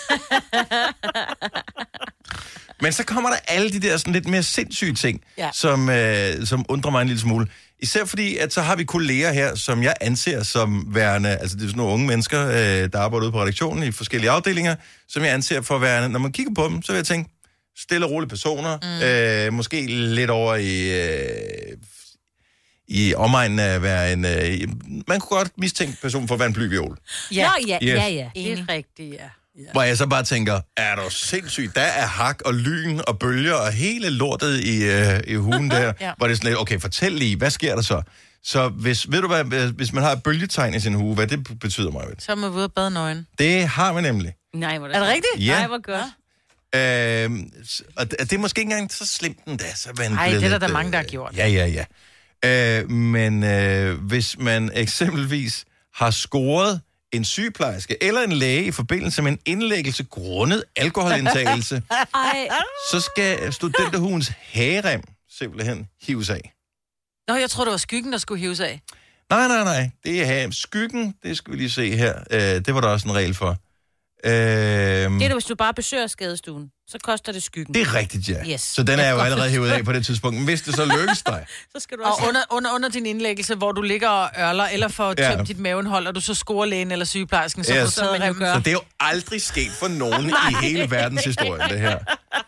Speaker 1: Men så kommer der alle de der sådan lidt mere sindssyge ting,
Speaker 2: ja.
Speaker 1: som, øh, som undrer mig en lille smule. Især fordi, at så har vi kolleger her, som jeg anser som værende, altså det er sådan nogle unge mennesker, øh, der arbejder ude på redaktionen i forskellige afdelinger, som jeg anser for værende, når man kigger på dem, så vil jeg tænke, stille og rolige personer, mm. øh, måske lidt over i, øh, i omegnen af at være en, øh, man kunne godt mistænke personen for at være en blyviol.
Speaker 3: Ja, ja,
Speaker 1: yes.
Speaker 3: ja, ja, det er rigtigt, ja.
Speaker 1: Ja. Hvor jeg så bare tænker, er du sindssygt? Der er hak og lyn og bølger og hele lortet i, øh, i hugen der. Ja. Hvor det er sådan lidt, okay, fortæl lige, hvad sker der så? Så hvis, ved du hvad, hvis man har et bølgetegn i sin hue, hvad det betyder mig?
Speaker 2: Så er man ude og bade nøgen.
Speaker 1: Det har man nemlig.
Speaker 3: Nej, hvor er det,
Speaker 2: er det rigtigt?
Speaker 1: Ja.
Speaker 3: Nej, hvor godt.
Speaker 1: Øhm, og det, det er måske ikke engang så slemt den da.
Speaker 2: Nej, det er der, der øh, mange, der har gjort.
Speaker 1: Ja, ja, ja. Øh, men øh, hvis man eksempelvis har scoret en sygeplejerske eller en læge i forbindelse med en indlæggelse grundet alkoholindtagelse, så skal studenterhuens hagerem simpelthen hives af.
Speaker 2: Nå, jeg tror det var skyggen, der skulle hives af.
Speaker 1: Nej, nej, nej. Det er skyggen, det skal vi lige se her. Øh, det var der også en regel for. Øh,
Speaker 3: det er det, hvis du bare besøger skadestuen, så koster det skyggen.
Speaker 1: Det er rigtigt, ja.
Speaker 3: Yes.
Speaker 1: Så den er jo allerede hævet af på det tidspunkt. Men hvis det så lykkes dig...
Speaker 3: så skal du også...
Speaker 2: Og under, under, under din indlæggelse, hvor du ligger og ørler, eller får tømt ja. dit maveindhold, og du så scorer lægen eller sygeplejersken, så yes. får du taget remmen.
Speaker 1: Så det er jo aldrig sket for nogen i hele verdenshistorien, det her.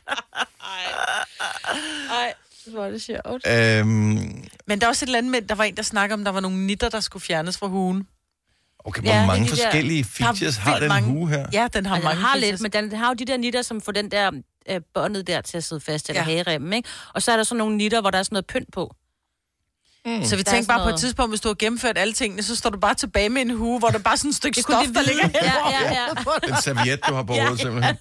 Speaker 3: Ej, hvor er det sjovt.
Speaker 1: Øhm...
Speaker 2: Men der er også et eller andet med, der var en, der snakker om, der var nogle nitter, der skulle fjernes fra hugen.
Speaker 1: Okay, hvor ja, mange de forskellige der, features har den
Speaker 2: mange,
Speaker 1: hue her?
Speaker 2: Ja, den har
Speaker 3: altså,
Speaker 2: mange
Speaker 3: har
Speaker 2: features.
Speaker 3: Lidt, men den, den har jo de der nitter, som får den der øh, båndet der til at sidde fast, eller
Speaker 2: ja.
Speaker 3: hageremmen, ikke? Og så er der sådan nogle nitter, hvor der er sådan noget pynt på.
Speaker 2: Mm. Så vi tænker bare noget... på et tidspunkt, hvis du har gennemført alle tingene, så står du bare tilbage med en hue, hvor der bare er sådan et stykke stof, der ligger
Speaker 3: ja, ja, ja.
Speaker 1: En serviet, du har på hovedet, ja, simpelthen.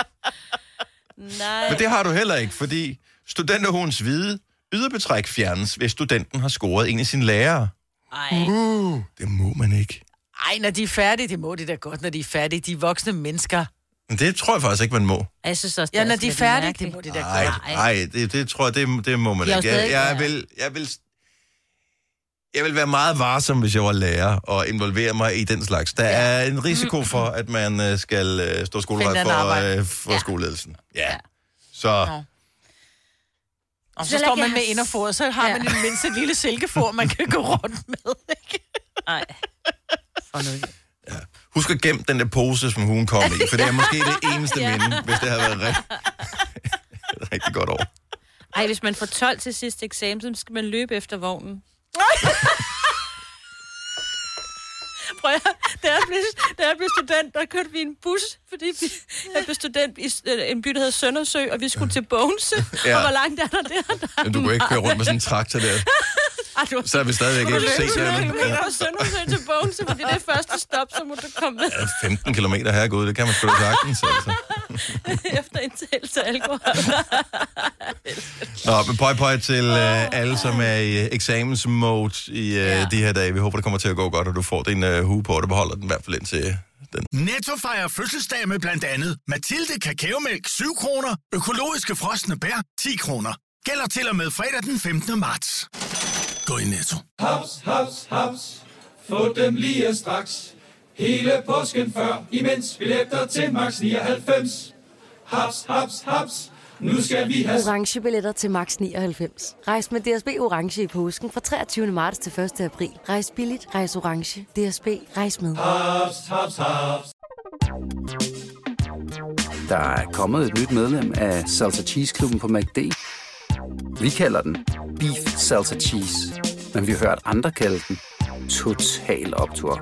Speaker 3: Nej.
Speaker 1: Men det har du heller ikke, fordi studenterhuens hvide yderbetræk fjernes, hvis studenten har scoret en af sine lærere.
Speaker 3: Ej.
Speaker 1: Uh, det må man ikke.
Speaker 2: Ej, når de er færdige, det må de da godt, når de er færdige. De er voksne mennesker.
Speaker 1: Men det tror jeg faktisk ikke, man må.
Speaker 3: Jeg synes også,
Speaker 2: ja, når de er færdige, det må de da
Speaker 1: ej,
Speaker 2: godt.
Speaker 1: Nej, det, det tror jeg, det, det må man ikke. Jeg, jeg, vil, jeg, vil, jeg vil være meget varsom, hvis jeg var lærer, og involvere mig i den slags. Der ja. er en risiko for, at man skal stå skoleret for, uh, for ja. skoleledelsen. Ja. ja. Så... Ja.
Speaker 2: Og så, så står man med inderfor, og så har ja. man en mindste lille silkefor, man kan gå rundt med, ikke?
Speaker 3: Nej.
Speaker 1: Ja. Husk at gemme den der pose, som hun kom i, for det er måske det eneste ja. minde, hvis det har været rigt... rigtig godt år.
Speaker 3: Ej, hvis man får tolv til sidste eksamen, så skal man løbe efter vognen. Prøv at, da, jeg blev, da jeg blev student, der kørte vi en bus, fordi vi, jeg blev student i en by, der hedder Søndersø, og vi skulle til Bogense. Ja. Og hvor langt er der der? der
Speaker 1: Men du kunne ikke køre rundt med sådan en traktor der.
Speaker 3: Ej, du,
Speaker 1: så er vi stadigvæk ikke set det.
Speaker 3: Du løb kilometer fra Søndersø til Bogense, fordi det er første stop, så må du komme med.
Speaker 1: Ja, femten kilometer herregud, det kan man sgu da sagtens, altså.
Speaker 3: Efter indtagelse af alkohol.
Speaker 1: Nå, men pøj pøj til uh, alle, som er i eksamensmode i uh, ja. de her dage. Vi håber, det kommer til at gå godt, og du får din uh, hue på, og du beholder den i hvert fald indtil den.
Speaker 10: Netto fejrer fødselsdag med blandt andet Mathilde Kakaomælk syv kroner, økologiske frosne bær ti kroner. Gælder til og med fredag den femtende marts. Gå i Netto.
Speaker 7: Haps, haps, haps. Få dem lige straks. Hele påsken før, imens billetter til max nioghalvfems. Haps, haps, haps. Nu skal vi have
Speaker 8: orange billetter til max nioghalvfems. Rejs med D S B orange i påsken fra treogtyvende marts til første april. Rejs billigt, rejs orange. D S B, rejs med.
Speaker 7: haps, haps, haps.
Speaker 11: Der er kommet et nyt medlem af Salsa Cheese Klubben på McD. Vi kalder den Beef Salsa Cheese, men vi har hørt andre kalde den Total Optur.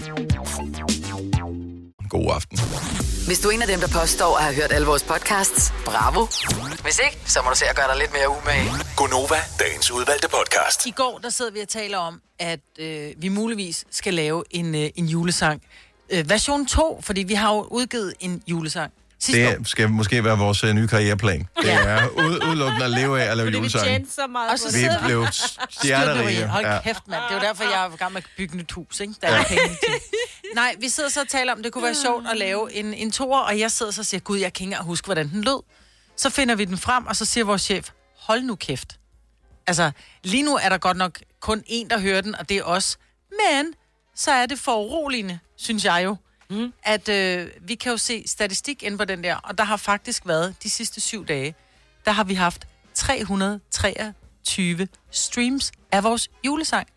Speaker 1: God aften.
Speaker 4: Hvis du er en af dem, der påstår at have hørt alle vores podcasts, bravo. Hvis ikke, så må du se at gøre dig lidt mere umage.
Speaker 10: Gonova, dagens udvalgte podcast.
Speaker 2: I går, der sidder vi og taler om, at øh, vi muligvis skal lave en, øh, en julesang. Øh, version to, fordi vi har jo udgivet en julesang.
Speaker 1: Det skal måske være vores uh, nye karriereplan. Det er ud, udelukkende at leve af at lave julesange.
Speaker 3: Og
Speaker 2: så
Speaker 1: vi er blevet stjernerige.
Speaker 2: Hold
Speaker 1: ja.
Speaker 2: kæft, mand. Det er jo derfor, jeg er i gang med at bygge et nyt hus, ikke? Der er ja. penge til. Nej, vi sidder så og taler om, det kunne være sjovt at lave en, en toer, og jeg sidder så og siger, gud, jeg kan ikke huske, hvordan den lød. Så finder vi den frem, og så siger vores chef, hold nu kæft. Altså, lige nu er der godt nok kun én, der hører den, og det er os. Men så er det foruroligende, synes jeg jo. Mm. At øh, vi kan jo se statistik inde på den der, og der har faktisk været de sidste syv dage, der har vi haft tre hundrede og treogtyve streams af vores julesang.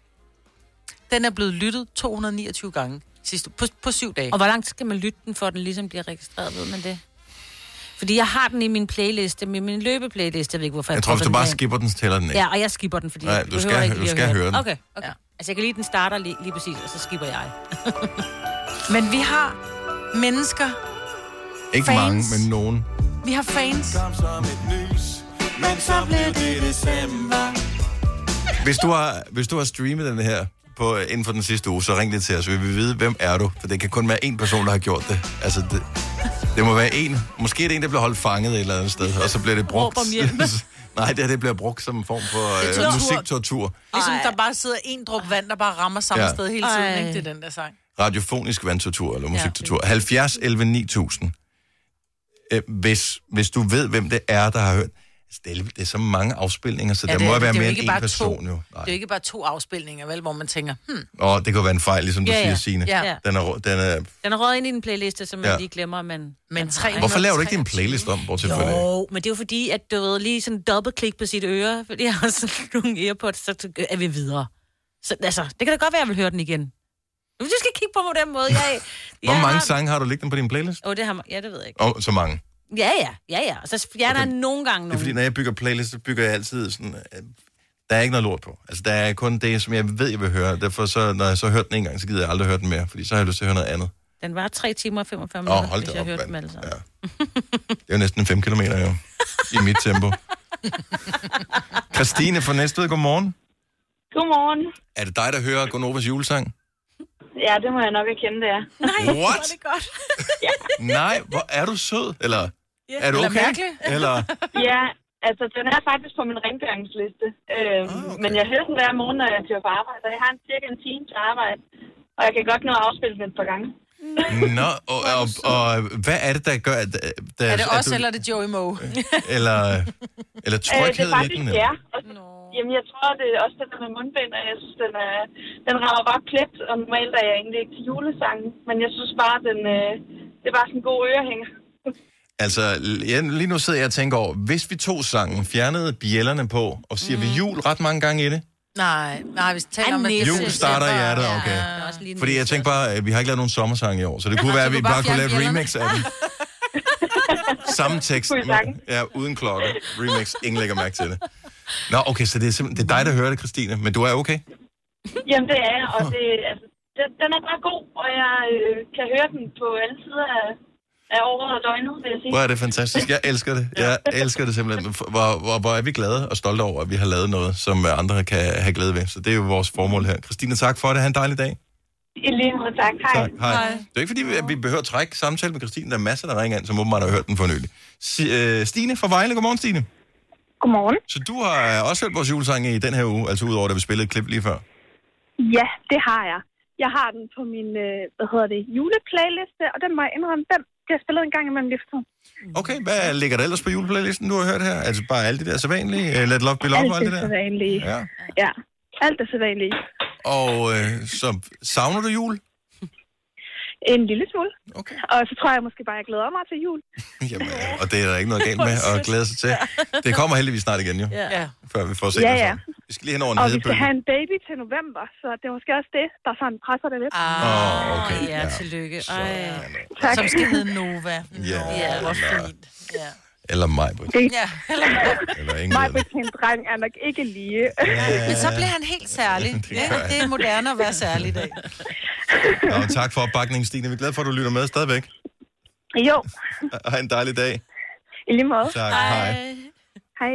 Speaker 2: Den er blevet lyttet to hundrede og niogtyve gange sidste, på, på syv dage.
Speaker 3: Og hvor langt skal man lytte den, for den ligesom bliver registreret, ved man det? Fordi jeg har den i min playliste, med min løbeplayliste, jeg ved ikke, hvorfor jeg
Speaker 1: Jeg tror, hvis du bare skipper den, så tæller den ikke.
Speaker 3: Ja, og jeg skipper den, fordi
Speaker 1: Nej,
Speaker 3: jeg
Speaker 1: du skal,
Speaker 3: ikke
Speaker 1: du skal høre den.
Speaker 3: Okay, okay. Ja. Altså, jeg kan lide, den starter lige, lige præcis, og så skipper jeg.
Speaker 2: Men vi har mennesker.
Speaker 1: Ikke fans. Mange, men nogen.
Speaker 2: Vi har fans.
Speaker 7: Kom som et nys, men så blev det december.
Speaker 1: Hvis du har, hvis du har streamet den her på, inden for den sidste uge, så ring det til os. Vi vil vide, hvem er du? For det kan kun være én person, der har gjort det. Altså, det, det må være en. Måske er det en, der bliver holdt fanget et eller andet sted, og så bliver det brugt. Nej, det her det bliver brugt som en form for øh, musiktortur.
Speaker 2: Ligesom der bare sidder en dråbe vand, der bare rammer samme ja. sted hele tiden, Ej. ikke? Det er den der sang.
Speaker 1: Radiofonisk vandtortur, eller musiktortur. Ja. halvfjerds elleve ni tusind. Øh, hvis, hvis du ved, hvem det er, der har hørt. Det er, det er så mange afspilninger, så ja, der må være mere end en person. Jo.
Speaker 2: Det er jo ikke bare to afspilninger, vel, hvor man tænker, hmm.
Speaker 1: Åh, det kan være en fejl, ligesom du ja, ja. siger, Signe. Ja. Den er, den er,
Speaker 3: den er røget ind i en playliste, som man ja. lige glemmer, men...
Speaker 2: men
Speaker 1: Hvorfor laver du ikke din playlist om, bortset fra det?
Speaker 3: Jo, men det er jo fordi, at du ved, lige sådan dobbeltklik på sit øre, fordi jeg har sådan nogle earpods, så er vi videre. Så altså, det kan da godt være, at jeg vil høre den igen. Du skal kigge på mig på den måde. Jeg,
Speaker 1: Hvor
Speaker 3: jeg
Speaker 1: mange
Speaker 3: har...
Speaker 1: sange har du liggende på din playlist?
Speaker 3: Åh, oh, det har ja, det ved jeg ikke.
Speaker 1: Åh, oh, så mange?
Speaker 3: Ja, ja, ja, ja. Og så fjerner okay. jeg nogle gange nogle.
Speaker 1: Det er fordi, når jeg bygger playlist, så bygger jeg altid sådan... Der er ikke noget lort på. Altså, der er kun det, som jeg ved, jeg vil høre. Derfor, så, når jeg så har hørt den en gang, så gider jeg aldrig høre den mere. Fordi så har jeg lyst til at høre noget andet.
Speaker 3: Den var tre timer og femogfyrre minutter,
Speaker 1: oh,
Speaker 3: hvis jeg hørte dem alle sammen.
Speaker 1: Ja. Det er jo næsten fem kilometer, jo. I mit tempo. Christine fra Næstved, godmorgen.
Speaker 12: Godmorgen.
Speaker 1: Er det dig, der hører Gonovas julesang?
Speaker 12: Ja, det må jeg nok erkende, det er.
Speaker 2: Nej,
Speaker 1: What?
Speaker 2: det er godt.
Speaker 12: Ja.
Speaker 1: Nej, hvor er du sød? Eller
Speaker 2: yeah.
Speaker 1: er du
Speaker 2: Eller
Speaker 1: okay?
Speaker 2: mærkelig?
Speaker 1: Eller?
Speaker 12: Ja, altså den er faktisk på min rengøringsliste. Øhm, ah, okay. Men jeg hører den hver morgen, når jeg kører på arbejde. Jeg har en cirka en time til arbejde, og jeg kan godt nå at afspille den et par gange.
Speaker 1: Nå, og, og, og hvad er det, der gør... Der,
Speaker 2: er det os, du, eller er det Joey Moe?
Speaker 1: eller, eller tryghed
Speaker 12: øh, det er faktisk,
Speaker 1: i den?
Speaker 12: Ja. No. Jamen, jeg tror, det er også det der med mundbind, og jeg synes, den, er, den rammer bare plet, og normalt er jeg egentlig ikke til julesangen, men jeg synes bare, den, øh, det er bare sådan en god ørehænger.
Speaker 1: Altså, lige nu sidder jeg og tænker over, hvis vi tog sangen, fjernede bjællerne på, og siger mm. vi jul ret mange gange i det?
Speaker 2: Nej, nej, vi taler om, at
Speaker 1: jul starter i hjertet, okay. Ja, fordi jeg tænker bare, at vi har ikke lavet nogen sommersang i år, så det kunne være, at vi bare, bare kunne lave remix af den. Samme tekst, ja, uden klokke. Remix, ingen lægger mærke til det. Nå, okay, så det er simpelthen det er dig, der hører det, Christine, men du er okay?
Speaker 12: Jamen, det er jeg, og det, altså, den, den er bare god, og jeg øh, kan høre den på alle sider af, af året og døgnet, vil jeg sige.
Speaker 1: Hvor er det fantastisk. Jeg elsker det. Jeg elsker det simpelthen. Hvor, hvor, hvor er vi glade og stolte over, at vi har lavet noget, som andre kan have glæde ved. Så det er jo vores formål her. Christine, tak for det. Ha' en dejlig dag.
Speaker 12: I lige måde, tak. Hej.
Speaker 1: Tak. Hej. Hej. Det er ikke, fordi vi, vi behøver at trække samtale med Christine. Der er masser, der ringer ind, som åbenbart har hørt den for nylig. S- øh, Stine fra Vejle. Godmorgen, Stine.
Speaker 13: Godmorgen.
Speaker 1: Så du har også hørt vores julesang i den her uge, altså udover, da vi spillede et klip lige før?
Speaker 13: Ja, det har jeg. Jeg har den på min, øh, hvad hedder det, juleplayliste, og den må jeg indrømme, den bliver spillet en gang imellem lige for.
Speaker 1: Okay, hvad ligger der ellers på juleplaylisten, du har hørt her? Altså bare alt det der sædvanlige? Uh, Let Love Be Love og alt det der?
Speaker 13: Alt det sædvanlige.
Speaker 1: Ja.
Speaker 13: Ja, alt det sædvanlige.
Speaker 1: Og øh, så savner du jul?
Speaker 13: En lille smule.
Speaker 1: Okay.
Speaker 13: Og så tror jeg måske bare, jeg glæder mig til jul.
Speaker 1: Jamen, og det er der ikke noget galt med at glæde sig til. Det kommer heldigvis snart igen, jo.
Speaker 13: Ja.
Speaker 1: Før vi får set
Speaker 13: Ja,
Speaker 1: det
Speaker 13: ja.
Speaker 1: sådan. Vi skal lige hen over en
Speaker 13: Og vi skal
Speaker 1: hedebølge.
Speaker 13: have en baby til november, så det er måske også det, der sådan presser det lidt.
Speaker 2: Ah,
Speaker 1: oh, okay.
Speaker 2: Ja, tillykke. Ej.
Speaker 13: Tak.
Speaker 2: Som skal hedde Nova.
Speaker 1: Ja,
Speaker 2: Ja, hvor
Speaker 1: eller-
Speaker 2: fint. Ja.
Speaker 1: Eller mig, Britt.
Speaker 2: Ja, eller
Speaker 1: Eller ingen
Speaker 13: Mig
Speaker 1: ved det.
Speaker 13: med en dreng er nok ikke lige.
Speaker 2: Men så bliver han helt særlig.
Speaker 1: Det
Speaker 2: Ja,
Speaker 1: gør han.
Speaker 2: det er moderne at være særlig i dag.
Speaker 1: Nå, tak for opbakningen, Stine. Vi er glade for, at du lytter med stadigvæk.
Speaker 13: Jo.
Speaker 1: Og have en dejlig dag.
Speaker 13: I lige måde.
Speaker 1: Tak. Hej.
Speaker 13: Hej.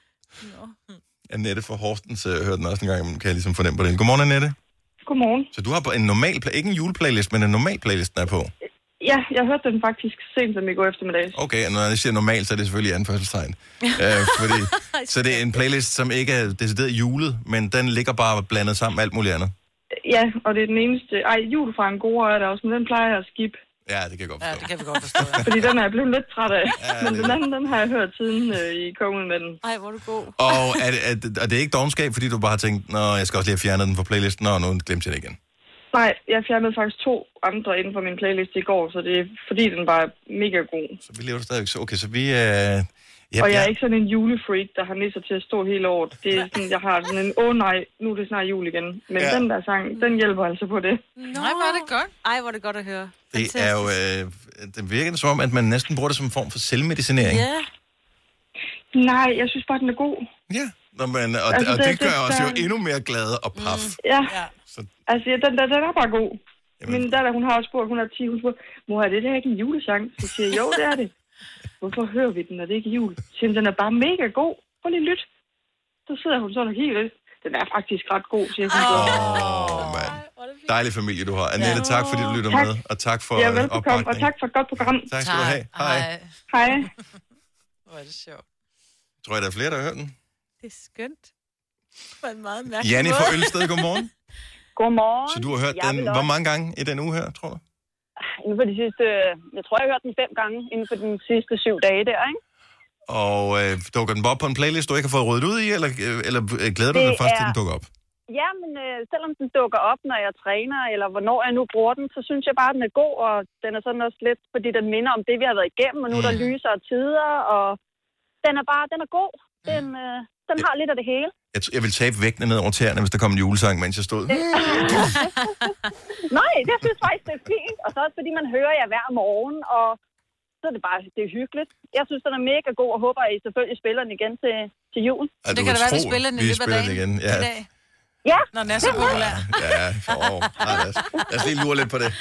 Speaker 1: Annette fra Horstens uh, hørte den også en gang, kan jeg ligesom fornemme på det. Godmorgen, Annette.
Speaker 13: Godmorgen.
Speaker 1: Så du har på en normal, pla- ikke en juleplaylist, men en normal playlist, den er på.
Speaker 13: Ja, jeg hørte den faktisk sent som i går eftermiddag.
Speaker 1: Okay, og når jeg siger normal, så er det selvfølgelig i anførselstegn. uh, fordi, så det er en playlist, som ikke er decideret julet, men den ligger bare blandet sammen med alt muligt andet.
Speaker 13: Ja, og det er den eneste... Ej, jul fra en god er der også, men den plejer jeg at skippe.
Speaker 1: Ja, det kan jeg godt forstå.
Speaker 2: Ja, det kan vi godt forstå. Ja.
Speaker 13: Fordi den er jeg blevet lidt træt af.
Speaker 1: Ja,
Speaker 13: men
Speaker 1: det-
Speaker 13: den anden, den har jeg hørt siden øh, I kom ud med den.
Speaker 3: Ej, hvor er du god.
Speaker 1: Og er det, er, det, er det ikke dovenskab, fordi du bare har tænkt, nå, jeg skal også lige have fjernet den fra playlisten, og nu glemte jeg det igen?
Speaker 13: Nej, jeg fjernede faktisk to andre inden for min playlist i går, så det er fordi, den bare er mega god.
Speaker 1: Så vi lever stadigvæk så. Okay, så vi er... Øh,
Speaker 13: Yep, og jeg er ikke sådan en julefreak, der har nisser til at stå hele året. Det er sådan, jeg har sådan en, åh oh, nej, nu er det snart jul igen. Men
Speaker 1: Ja.
Speaker 13: ja. den der sang, den hjælper altså på det.
Speaker 2: Nej, hvor er det godt.
Speaker 3: Ej, hvor er det godt at høre.
Speaker 1: Det er jo... Øh, det virker som om, at man næsten bruger det som en form for selvmedicinering.
Speaker 3: Ja.
Speaker 13: Nej, jeg synes bare, den er god.
Speaker 1: Ja. Nå, men, og,
Speaker 13: Altså,
Speaker 1: og det,
Speaker 13: det-
Speaker 1: gør
Speaker 13: det-
Speaker 1: os jo
Speaker 13: der-
Speaker 1: endnu mere glade og paf. Mm.
Speaker 13: Ja,
Speaker 2: Ja.
Speaker 13: altså ja, den, der, den er bare god. Jamen. Min datter, hun har også spurgt, hun er ti, hun spurgt, mor, er det der ikke en julesang? Så siger jeg, jo, det er det. Hvorfor hører vi den, når det ikke er jul? Så siger hun, den er bare mega god. Prøv lige lyt. Så sidder hun sådan og helt lidt. Den er faktisk ret god, siger hun.
Speaker 1: Åh, oh, mand. Dejlig familie, du har. Annette,
Speaker 13: Ja.
Speaker 1: tak fordi du lytter
Speaker 13: Tak.
Speaker 1: med, og tak for
Speaker 13: Ja,
Speaker 1: øh,
Speaker 13: velbekomme, og
Speaker 1: opbakningen.
Speaker 13: tak for et godt program.
Speaker 1: Tak skal du have. Hej.
Speaker 13: Hej.
Speaker 2: Hvor er det sjovt.
Speaker 1: Tror jeg, der er flere, der har hørt den?
Speaker 3: Det er skønt. På en meget mærkelig
Speaker 1: Janni
Speaker 3: måde.
Speaker 1: fra Ølsted, godmorgen.
Speaker 14: Godmorgen.
Speaker 1: Så du har hørt
Speaker 14: Jeg
Speaker 1: den
Speaker 14: vil også-
Speaker 1: hvor mange gange i den uge her, tror du?
Speaker 14: Inden for de sidste... Jeg tror, jeg har hørt den fem gange inden for de sidste syv dage der, ikke?
Speaker 1: Og øh, dukker den bare op på en playlist, du ikke har fået ryddet ud i, eller, øh, eller øh, glæder du
Speaker 14: Det
Speaker 1: dig først, til
Speaker 14: er-
Speaker 1: den dukker op?
Speaker 14: Ja, men øh, selvom den dukker op, når jeg træner, eller hvornår jeg nu bruger den, så synes jeg bare, at den er god, og den er sådan også lidt, fordi den minder om det, vi har været igennem, og nu er der lysere tider, og den er bare, den er god. Den, øh, den har lidt af det hele.
Speaker 1: Jeg, t- jeg vil tabe vægtene ned over tæerne, hvis der kom en julesang, mens jeg stod.
Speaker 14: Nej, det synes jeg faktisk, det er fint. Og så også fordi man hører jer hver morgen, og så er det bare, det er hyggeligt. Jeg synes, den er mega god, og håber, at I selvfølgelig spiller den igen til, til jul.
Speaker 1: Ja,
Speaker 2: Det
Speaker 1: du
Speaker 2: kan
Speaker 1: vil
Speaker 2: da være, vi
Speaker 1: tro,
Speaker 2: spiller den i
Speaker 1: vi
Speaker 2: løbet af
Speaker 1: spiller
Speaker 2: dagen.
Speaker 1: den igen. Ja,
Speaker 2: I dag.
Speaker 14: Ja.
Speaker 2: Når den er så populær.
Speaker 1: ja for, nej, lad, os, lad os lige lure lidt på det.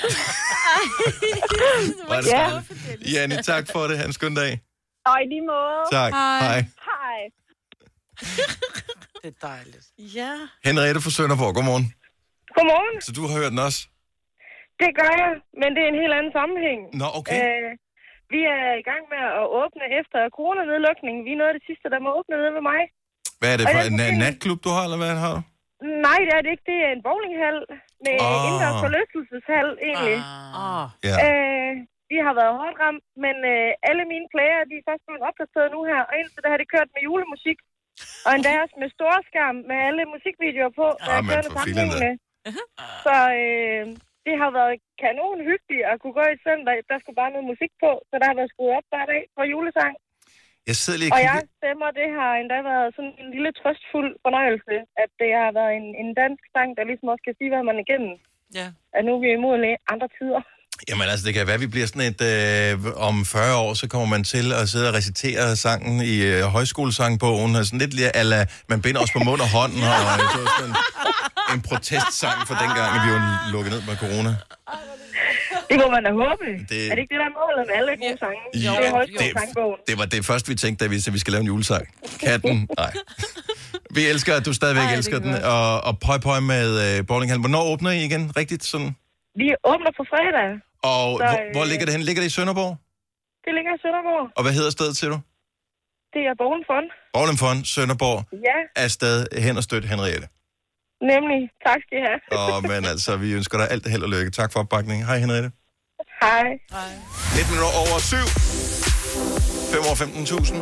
Speaker 1: Var det
Speaker 14: Ja.
Speaker 1: dejligt. Janni, tak for det. Ha' en skøn dag.
Speaker 14: Og i lige måde.
Speaker 1: Tak. Hej.
Speaker 14: Hej.
Speaker 2: Det er dejligt.
Speaker 3: Ja.
Speaker 1: Henriette fra Sønderborg, godmorgen.
Speaker 15: Godmorgen.
Speaker 1: Så du har hørt den også?
Speaker 15: Det gør jeg, men det er en helt anden sammenhæng.
Speaker 1: Nå, okay.
Speaker 15: Øh, vi er i gang med at åbne efter coronanedlukningen. Vi er noget af det sidste, der må åbne nede ved mig.
Speaker 1: Hvad er det
Speaker 15: Og
Speaker 1: for
Speaker 15: jeg
Speaker 1: en,
Speaker 15: kunne
Speaker 1: en
Speaker 15: finde-
Speaker 1: natklub, du har, eller hvad har du?
Speaker 15: Nej, det er det ikke. Det er en bowlinghal med
Speaker 1: Ah.
Speaker 15: oh. indendørs forlystelseshal, egentlig.
Speaker 2: Ah.
Speaker 1: Ja.
Speaker 15: Øh, vi har været hårdt ramt, men øh, alle mine player, de er først blevet opdateret nu her. Og indtil det har det kørt med julemusik. Og endda også med storskærm med alle musikvideoer på. der
Speaker 1: Ah,
Speaker 15: er
Speaker 1: men
Speaker 15: kørende
Speaker 1: for filan da.
Speaker 15: sammenhængende. Så øh, det har været kanon hyggeligt at kunne gå i søndag. Der skulle bare noget musik på, så der har været skruet op hver dag på julesang.
Speaker 1: Jeg sidder lige og
Speaker 15: Og
Speaker 1: kigger.
Speaker 15: jeg stemmer, det har endda været sådan en lille trøstfuld fornøjelse, at det har været en, en dansk sang, der ligesom også kan sige, hvad man er igennem.
Speaker 2: Ja.
Speaker 15: At nu er vi imod andre tider.
Speaker 1: Jamen altså, det kan være, at vi bliver sådan et... Øh, om fyrre år, så kommer man til at sidde og recitere sangen i øh, højskolesangbogen, og sådan lidt a la, man binder os på mund og hånden, og øh, så sådan en, en protestsang for dengang, at vi var lukket ned med corona.
Speaker 15: Det må man da håbe.
Speaker 1: Det...
Speaker 15: Er det ikke det, der er målet med alle gode sange?
Speaker 1: Jo,
Speaker 15: det, er
Speaker 1: det, det var det første, vi tænkte, da vi, vi skal lave en julesang. Katten, nej. Vi elsker, at du stadigvæk Ej, elsker den. Og, og pøj pøj med uh, bowlinghallen. Hvornår åbner I igen? Rigtigt sådan?
Speaker 15: Vi åbner på fredag.
Speaker 1: Og
Speaker 15: så,
Speaker 1: hvor, hvor ligger det hen? Ligger det i Sønderborg?
Speaker 15: Det ligger i Sønderborg.
Speaker 1: Og hvad hedder stedet, siger du?
Speaker 15: Det er Bowling Fun.
Speaker 1: Bowling Fun, Sønderborg.
Speaker 15: Ja.
Speaker 1: Er stadig hen og støt Henriette.
Speaker 15: Nemlig. Tak skal I have.
Speaker 1: Og men altså, vi ønsker dig alt held og lykke. Tak for opbakningen. Hej Henriette.
Speaker 15: Hej.
Speaker 2: Hej.
Speaker 1: nitten minutter over syv. fem år femten tusind.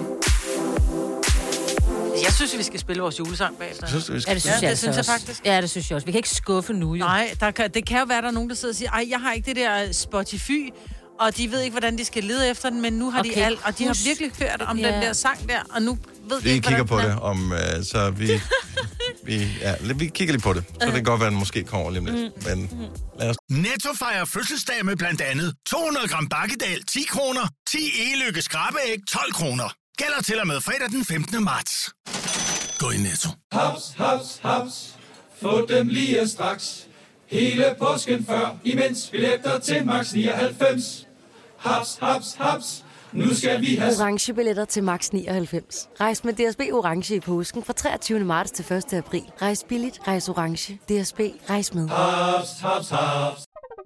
Speaker 2: Jeg synes, vi skal spille vores julesang bagefter.
Speaker 1: Synes du, vi skal?
Speaker 3: Ja, det synes,
Speaker 2: ja,
Speaker 3: jeg,
Speaker 2: det synes jeg
Speaker 3: også.
Speaker 2: faktisk.
Speaker 3: Ja, det synes jeg også. Vi kan ikke skuffe nu, jo.
Speaker 2: Nej, der kan, det kan jo være, der er nogen, der sidder og siger, ej, jeg har ikke det der Spotify, og de ved ikke, hvordan de skal lede efter den, men nu har okay. de alt, og de har virkelig hørt om ja. den der sang der, og nu ved de
Speaker 1: vi
Speaker 2: ikke,
Speaker 1: kigger på
Speaker 2: den
Speaker 1: det, om, uh, så vi, vi, ja, vi kigger lige på det. Så det kan godt være, at den måske kommer lige om lidt. Men lad os...
Speaker 10: Netto fejrer fødselsdag med blandt andet to hundrede gram bakkedal ti kroner, ti e-lykke skrabeæg tolv kroner. Gælder til og med fredag den femtende marts. Gå i Netto.
Speaker 7: Haps, haps, haps. Få dem lige straks. Hele påsken før, imens billetter til max nioghalvfems. Haps, haps, haps. Nu skal vi have...
Speaker 8: Orange billetter til max nioghalvfems. Rejs med D S B Orange i påsken fra treogtyvende marts til første april. Rejs billigt, rejs orange. D S B, rejs med.
Speaker 7: Haps, haps, haps.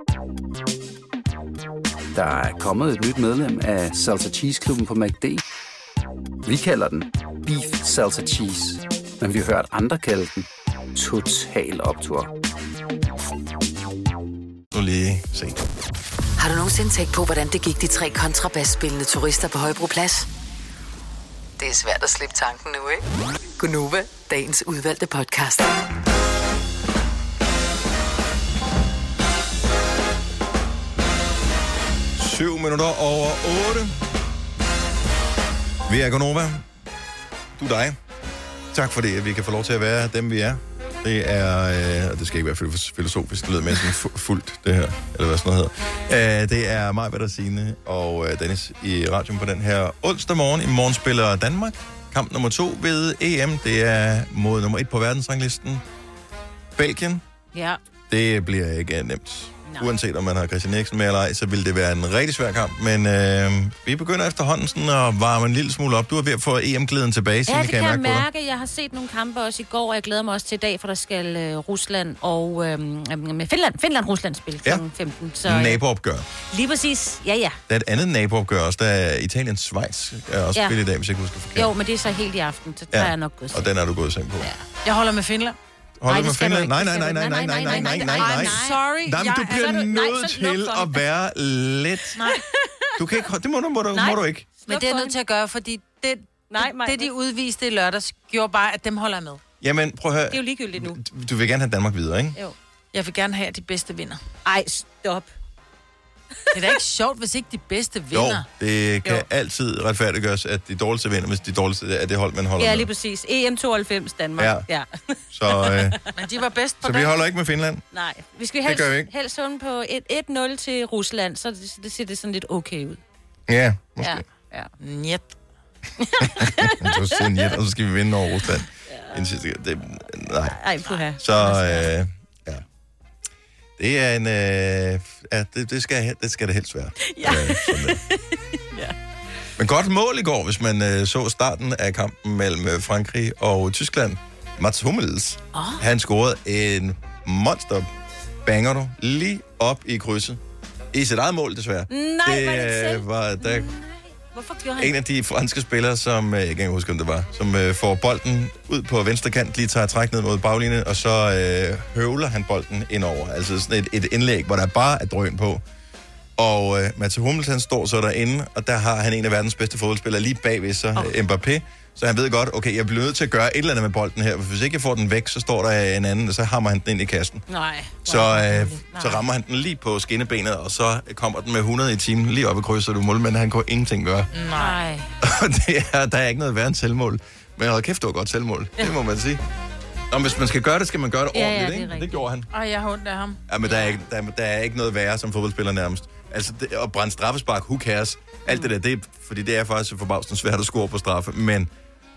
Speaker 11: Der er kommet et nyt medlem af Salsa Cheese Klubben på McD. Vi kalder den Beef Salsa Cheese, men vi har hørt andre kalde den Total Optur.
Speaker 1: Nu lige se.
Speaker 4: Har du nogensinde tænkt på, hvordan det gik de tre kontrabasspillende turister på Højbroplads? Det er svært at slippe tanken nu, ikke? Gunova, dagens udvalgte podcast.
Speaker 1: Syv minutter over otte. Vi er Gunova. Du er dig. Tak for det, at vi kan få lov til at være dem, vi er. Det er, øh, det skal ikke være filosofisk, det lyder mere sådan fu- fuldt, det her, eller hvad sådan noget hedder. Øh, det er mig, Bettasine og øh, Dennis i radioen på den her onsdag morgen. I morgen spiller Danmark kamp nummer to ved E M. Det er mod nummer et på verdensranglisten. Belgien.
Speaker 3: Ja.
Speaker 1: Det bliver ikke nemt. Nej. Uanset om man har Christian Eriksen med eller ej, så vil det være en rigtig svær kamp. Men øh, vi begynder efterhånden sådan at varme en lille smule op. Du er ved at få E M-glæden tilbage,
Speaker 3: ja, det
Speaker 1: kan jeg mærke,
Speaker 3: mærke. Jeg har set nogle kampe også i går, og jeg glæder mig også til i dag, for der skal øh, Rusland og øh, med Finland, Finland-Rusland spille kl.
Speaker 1: Ja.
Speaker 3: femten. Så, øh,
Speaker 1: naboopgør.
Speaker 3: Lige præcis. Ja, ja.
Speaker 1: Der er et andet naboopgør også. Der er Italien-Schweiz. Er også ja. spillet i dag, hvis jeg ikke husker forkert.
Speaker 3: Jo, men det er så helt i aften, så der
Speaker 1: ja.
Speaker 3: er jeg nok gået
Speaker 1: og den er du gået seng på. Ja.
Speaker 2: Jeg holder med Finland.
Speaker 1: Holder du med Finland? Nej, nej, nej, nej, nej, nej, nej, nej, nej, nej.
Speaker 2: Sorry.
Speaker 1: Nej, men du bliver nødt til at være lidt...
Speaker 2: Nej.
Speaker 1: Du kan ikke... Det må du, må du, må du ikke.
Speaker 2: Men det er nødt til at gøre, fordi det, nej, det, det de udviste i lørdags, gjorde bare, at dem holder med.
Speaker 1: Jamen, prøv at høre.
Speaker 3: Det er jo ligegyldigt nu.
Speaker 1: Du vil gerne have Danmark videre, ikke?
Speaker 3: Jo.
Speaker 2: Jeg vil gerne have, at de bedste vinder.
Speaker 3: Ej, stop.
Speaker 2: Det er da ikke sjovt, hvis ikke de bedste vinder.
Speaker 1: Jo, det kan jo. altid retfærdiggøres, at de dårligste vinder, hvis de dårligste er det hold, man holder
Speaker 3: ja,
Speaker 1: med.
Speaker 3: lige præcis. E M tooghalvfems Danmark. Ja. ja.
Speaker 1: Så, øh,
Speaker 2: men de var bedst på
Speaker 1: Så vi holder ikke med Finland?
Speaker 3: Nej. Vi skal helst, helst sunde på et nul til Rusland, så det, det ser det sådan lidt okay ud.
Speaker 1: Ja, måske.
Speaker 3: Ja. ja.
Speaker 2: Njet.
Speaker 1: Så siger njet, og så skal vi vinde over Rusland. Ja. Det, nej.
Speaker 3: Ej, puha.
Speaker 1: Så, øh, ja. Det er en... Øh, ja, det, det, skal, det skal det helst være.
Speaker 3: Ja.
Speaker 1: Øh, ja. Men godt mål i går, hvis man øh, så starten af kampen mellem Frankrig og Tyskland. Mats Hummels, oh. han scorede en monster banger du lige op i krydset. I sit eget mål, desværre.
Speaker 3: Nej,
Speaker 1: det,
Speaker 3: var det
Speaker 1: øh, var der,
Speaker 3: Hvorfor gjorde han
Speaker 1: en af de franske spillere, som jeg ikke kan huske, om det var, som øh, får bolden ud på venstre kant, lige tager træk ned mod baglinjen, og så øh, høvler han bolden indover. Altså sådan et, et indlæg, hvor der bare er drøn på. Og øh, Mats Hummels, han står så derinde, og der har han en af verdens bedste fodboldspillere lige bagved sig, oh. Mbappé. Så han ved godt, okay, jeg bliver nødt til at gøre et eller andet med bolden her. Hvis ikke jeg får den væk, så står der en anden, og så hammer han den ind i kassen.
Speaker 3: Nej.
Speaker 1: Så, øh, så rammer han den lige på skinnebenet, og så kommer den med hundrede i timen lige op i krydset, og du målmand, han kunne ingenting gøre.
Speaker 3: Nej.
Speaker 1: Og det er, der er ikke noget værre end selvmål. Men hold kæft, det var godt selvmål. Det må man sige. Og hvis man skal gøre det, skal man gøre det
Speaker 3: ja,
Speaker 1: ordentligt,
Speaker 3: ja, det
Speaker 1: ikke? Det gjorde han.
Speaker 2: Ej, jeg har ondt af ham.
Speaker 1: Ja, men der er, ikke, der, der er ikke noget værre som fodboldspiller nærmest. Altså, det, at brænde straffespark, who cares? Alt det der, det er, fordi det er faktisk forbavsende svært at score på straffe, men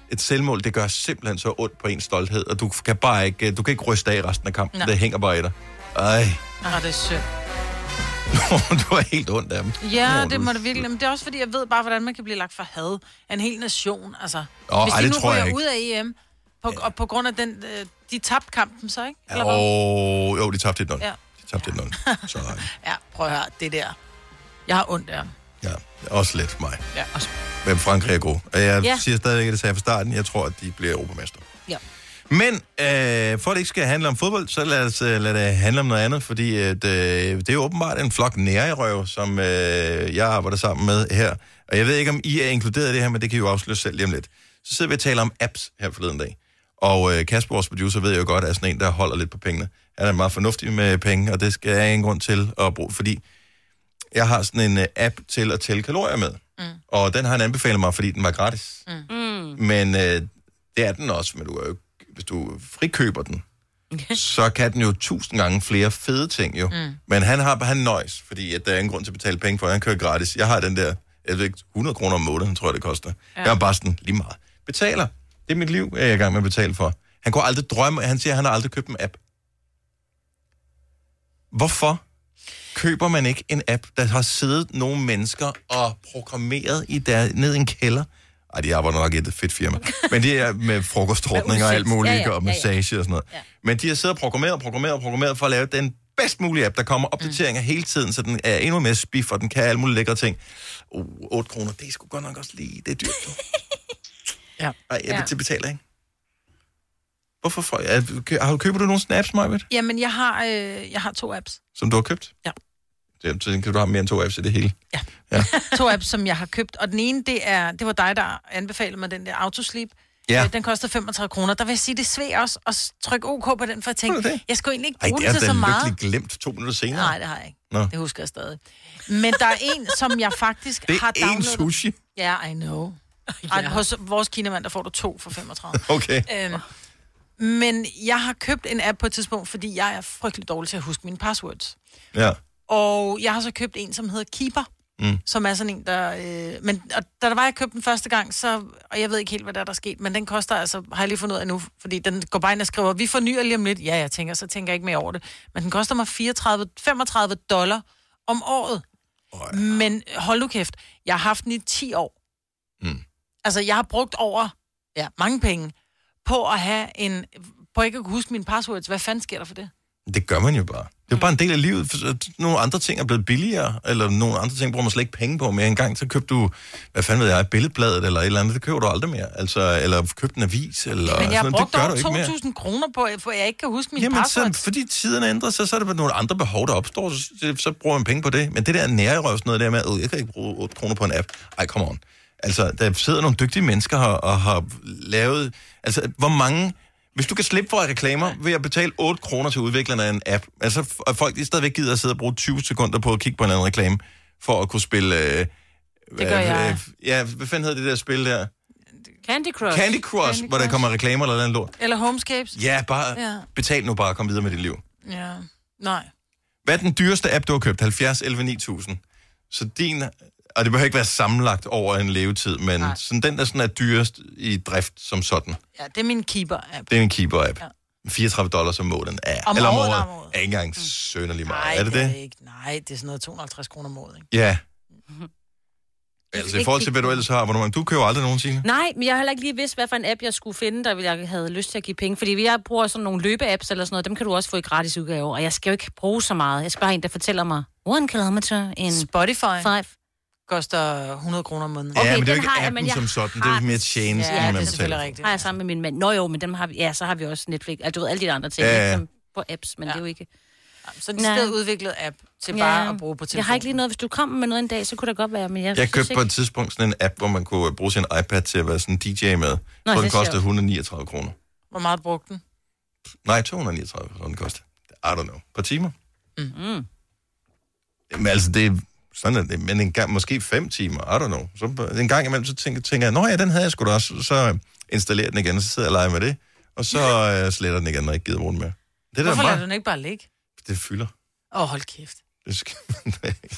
Speaker 1: et selvmål, det gør simpelthen så ondt på ens stolthed, og du kan bare ikke, du kan ikke ryste af resten af kampen. Nej. Det hænger bare i dig. Ej.
Speaker 2: Ah, det er synd.
Speaker 1: Du er helt ondt af dem.
Speaker 2: Ja, Nå, det må det virkelig. Men det er også fordi, jeg ved bare, hvordan man kan blive lagt for had af en hel nation. Altså,
Speaker 1: oh,
Speaker 2: hvis
Speaker 1: ej,
Speaker 2: de
Speaker 1: det
Speaker 2: nu
Speaker 1: tror jeg
Speaker 2: ryger
Speaker 1: ikke.
Speaker 2: ud af E M, på, ja. og på grund af den, de tabte kampen så, ikke?
Speaker 1: Eller oh, jo, de tabte et nul.
Speaker 2: Ja.
Speaker 1: De tabte et nul. Så,
Speaker 2: ja, prøv at høre, det der. Jeg har ondt af ham.
Speaker 1: Ja, også lidt for mig.
Speaker 2: Ja, også.
Speaker 1: Men Frankrig er god. Og jeg
Speaker 2: ja.
Speaker 1: siger stadigvæk, at det sagde fra starten. Jeg tror, at de bliver europamester.
Speaker 2: Ja.
Speaker 1: Men øh, for at det ikke skal handle om fodbold, så lad, os, øh, lad det handle om noget andet, fordi at, øh, det er jo åbenbart en flok nærerøv, som øh, jeg arbejder sammen med her. Og jeg ved ikke, om I er inkluderet i det her, men det kan I jo afsløre selv lige om lidt. Så sidder vi og taler om apps her forleden dag. Og øh, Kasper, vores producer, ved jo godt, at er sådan en, der holder lidt på pengene. Han er meget fornuftig med penge, og det skal jeg ingen grund til at bruge, fordi jeg har sådan en uh, app til at tælle kalorier med. Mm. Og den har han anbefalet mig, fordi den var gratis. Mm. Men uh, det er den også, men du er jo, hvis du frikøber den, så kan den jo tusind gange flere fede ting jo. Mm. Men han har han nøjes, fordi at der er ingen grund til at betale penge for, at han kører gratis. Jeg har den der, jeg ved ikke, hundrede kroner om måneden, tror jeg, det koster. Ja. Jeg har bare sådan lige meget. Betaler. Det er mit liv, jeg er i gang med at betale for. Han kunne aldrig drømme, han siger, at han har aldrig købt en app. Hvorfor køber man ikke en app, der har siddet nogle mennesker og programmeret i der, ned i en kælder? Ej, de arbejder nok i et fedt firma. Men det er med frokostordning og alt muligt, ja, ja, og massage ja, ja. og sådan noget. Ja. Men de har siddet og programmeret, programmeret, programmeret for at lave den bedst mulige app. Der kommer opdateringer mm. hele tiden, så den er endnu mere spiff, og den kan alle mulige lækre ting. Uh, otte kroner, det er sgu godt nok også lige, det er dyrt.
Speaker 2: ja.
Speaker 1: Ej, jeg ja. betaler ikke. Hvorfor? For, ja, køber du nogle apps, Majbet?
Speaker 2: Jamen, jeg har, øh, jeg har to apps.
Speaker 1: Som du har købt?
Speaker 2: Ja.
Speaker 1: Så kan du have mere end to apps i det hele?
Speaker 2: Ja. ja. to apps, som jeg har købt. Og den ene, det er, det var dig, der anbefalede mig den der Autosleep.
Speaker 1: Ja.
Speaker 2: Øh, den koster femogtredive kroner. Der vil jeg sige, det sved også at trykke OK på den, for jeg tænkte, jeg skulle egentlig ikke bruge
Speaker 1: Ej,
Speaker 2: det til så meget.
Speaker 1: Ej, det er da glemt to minutter senere.
Speaker 2: Nej, det har jeg ikke. Nå. Det husker jeg stadig. Men der er en, som jeg faktisk
Speaker 1: det
Speaker 2: har downloadet.
Speaker 1: Det er en sushi?
Speaker 2: Ja, I know. ja. Ej, hos vores kinamand, der får du to for femogtredive.
Speaker 1: Okay.
Speaker 2: Øhm, men jeg har købt en app på et tidspunkt, fordi jeg er frygtelig dårlig til at huske mine passwords.
Speaker 1: Ja.
Speaker 2: Og jeg har så købt en, som hedder Keeper, mm. som er sådan en, der... Øh, men og da der var, jeg købte den første gang, så... Og jeg ved ikke helt, hvad der er, der er sket, men den koster altså... Har jeg lige fundet ud af nu, fordi den går bare ind og skriver, vi fornyer lige om lidt. Ja, jeg tænker, så tænker jeg ikke mere over det. Men den koster mig fireogtredive, femogtredive dollar om året. Oh, ja. Men hold nu kæft, jeg har haft den i ti år. Mm. Altså, jeg har brugt over ja, mange penge på at have en... På ikke at kunne huske mine passwords. Hvad fanden sker der for det?
Speaker 1: Det gør man jo bare. Det er jo bare en del af livet. Nogle andre ting er blevet billigere, eller nogle andre ting bruger man slet ikke penge på mere. En gang så købte du, hvad fanden ved jeg, Billedbladet eller et eller andet, det køber du aldrig mere. Altså, eller købte en avis, eller
Speaker 2: men jeg
Speaker 1: har
Speaker 2: brugt over to tusind kroner på, for jeg ikke kan huske mine
Speaker 1: Jamen,
Speaker 2: passwords.
Speaker 1: Så, fordi tiderne ændrer sig, så er der nogle andre behov, der opstår, så, så bruger man penge på det. Men det der nærrøvs noget der med, at jeg kan ikke bruge otte kroner på en app. Ej, come on. Altså, der sidder nogle dygtige mennesker her, og har lavet... Altså, hvor mange... Hvis du kan slippe for reklamer ved at betale otte kroner til udviklerne af en app, altså at folk de stadigvæk gider at sidde og bruge tyve sekunder på at kigge på en anden reklame, for at kunne spille... Øh,
Speaker 2: det gør jeg.
Speaker 1: Øh, ja, hvad fanden hedder det der spil der?
Speaker 3: Candy Crush.
Speaker 1: Candy Crush, Candy hvor der kommer reklamer eller noget lort.
Speaker 2: Eller Homescapes.
Speaker 1: Ja, bare ja. Betal nu bare og kom videre med dit liv.
Speaker 2: Ja, nej.
Speaker 1: Hvad er den dyreste app, du har købt? halvfjerds elleve ni tusind. Så din... Og det behøver ikke være sammenlagt over en levetid, men sådan, den, der sådan er dyrest i drift som sådan.
Speaker 2: Ja, det er min Keeper-app.
Speaker 1: Det er en Keeper-app. Ja. fireogtredive dollar som måden er.
Speaker 2: Om
Speaker 1: eller om
Speaker 2: året,
Speaker 1: året.
Speaker 2: om året.
Speaker 1: Er ikke engang sønderlig meget.
Speaker 2: Nej,
Speaker 1: er det det?
Speaker 2: Er det ikke. Nej, det er sådan noget to hundrede og halvtreds kroner om året, ikke?
Speaker 1: Ja. Altså i forhold til, hvad du ellers har, hvor du køber aldrig nogen, Signe?
Speaker 3: Nej, men jeg har heller ikke lige vidst, hvad for en app, jeg skulle finde, der jeg havde lyst til at give penge. Fordi jeg bruger sådan nogle løbe-apps eller sådan noget, dem kan du også få i gratis udgave. Og jeg skal jo ikke bruge så meget. Jeg skal bare have en, der fortæller mig, one kilometer in
Speaker 2: Spotify.
Speaker 3: Five.
Speaker 2: Koster hundrede kroner om måneden.
Speaker 1: Okay, ja, men det er jo ikke appen jeg, som sådan, det er jo mere tjenesten,
Speaker 3: ja,
Speaker 1: man
Speaker 3: det er
Speaker 2: selvfølgelig rigtigt.
Speaker 3: Har jeg sammen med min mand. Nå jo, men dem har vi, ja, så har vi også Netflix. Altså, du ved, alle de andre ting, ja, ja. Som på apps, men ja. Det er jo ikke...
Speaker 2: Så det er en udviklet app til ja. Bare at bruge på telefonen.
Speaker 3: Jeg har ikke lige noget, hvis du kommer med noget en dag, så kunne det godt være, men jeg
Speaker 1: Jeg købte på et tidspunkt sådan en app, hvor man kunne bruge sin iPad til at være sådan en D J med. Nå, så den kostede et hundrede og niogtredive kroner.
Speaker 2: Hvor meget brugte den?
Speaker 1: Nej, to hundrede og niogtredive kroner den kostede. I don't know. På timer.
Speaker 3: Mm. Mm.
Speaker 1: Men altså, det er sådan, er det. Men en gang, måske fem timer, I don't know. Så en gang imellem, så tænker, tænker jeg, nå ja, den havde jeg sgu da også. Så installerer den igen, og så sidder jeg og leger med det. Og så uh, sletter den igen, når jeg ikke gider bruge den mere. Det
Speaker 2: Hvorfor lader du den ikke bare ligge?
Speaker 1: Det fylder.
Speaker 2: Åh, oh, hold kæft.
Speaker 1: Det skal...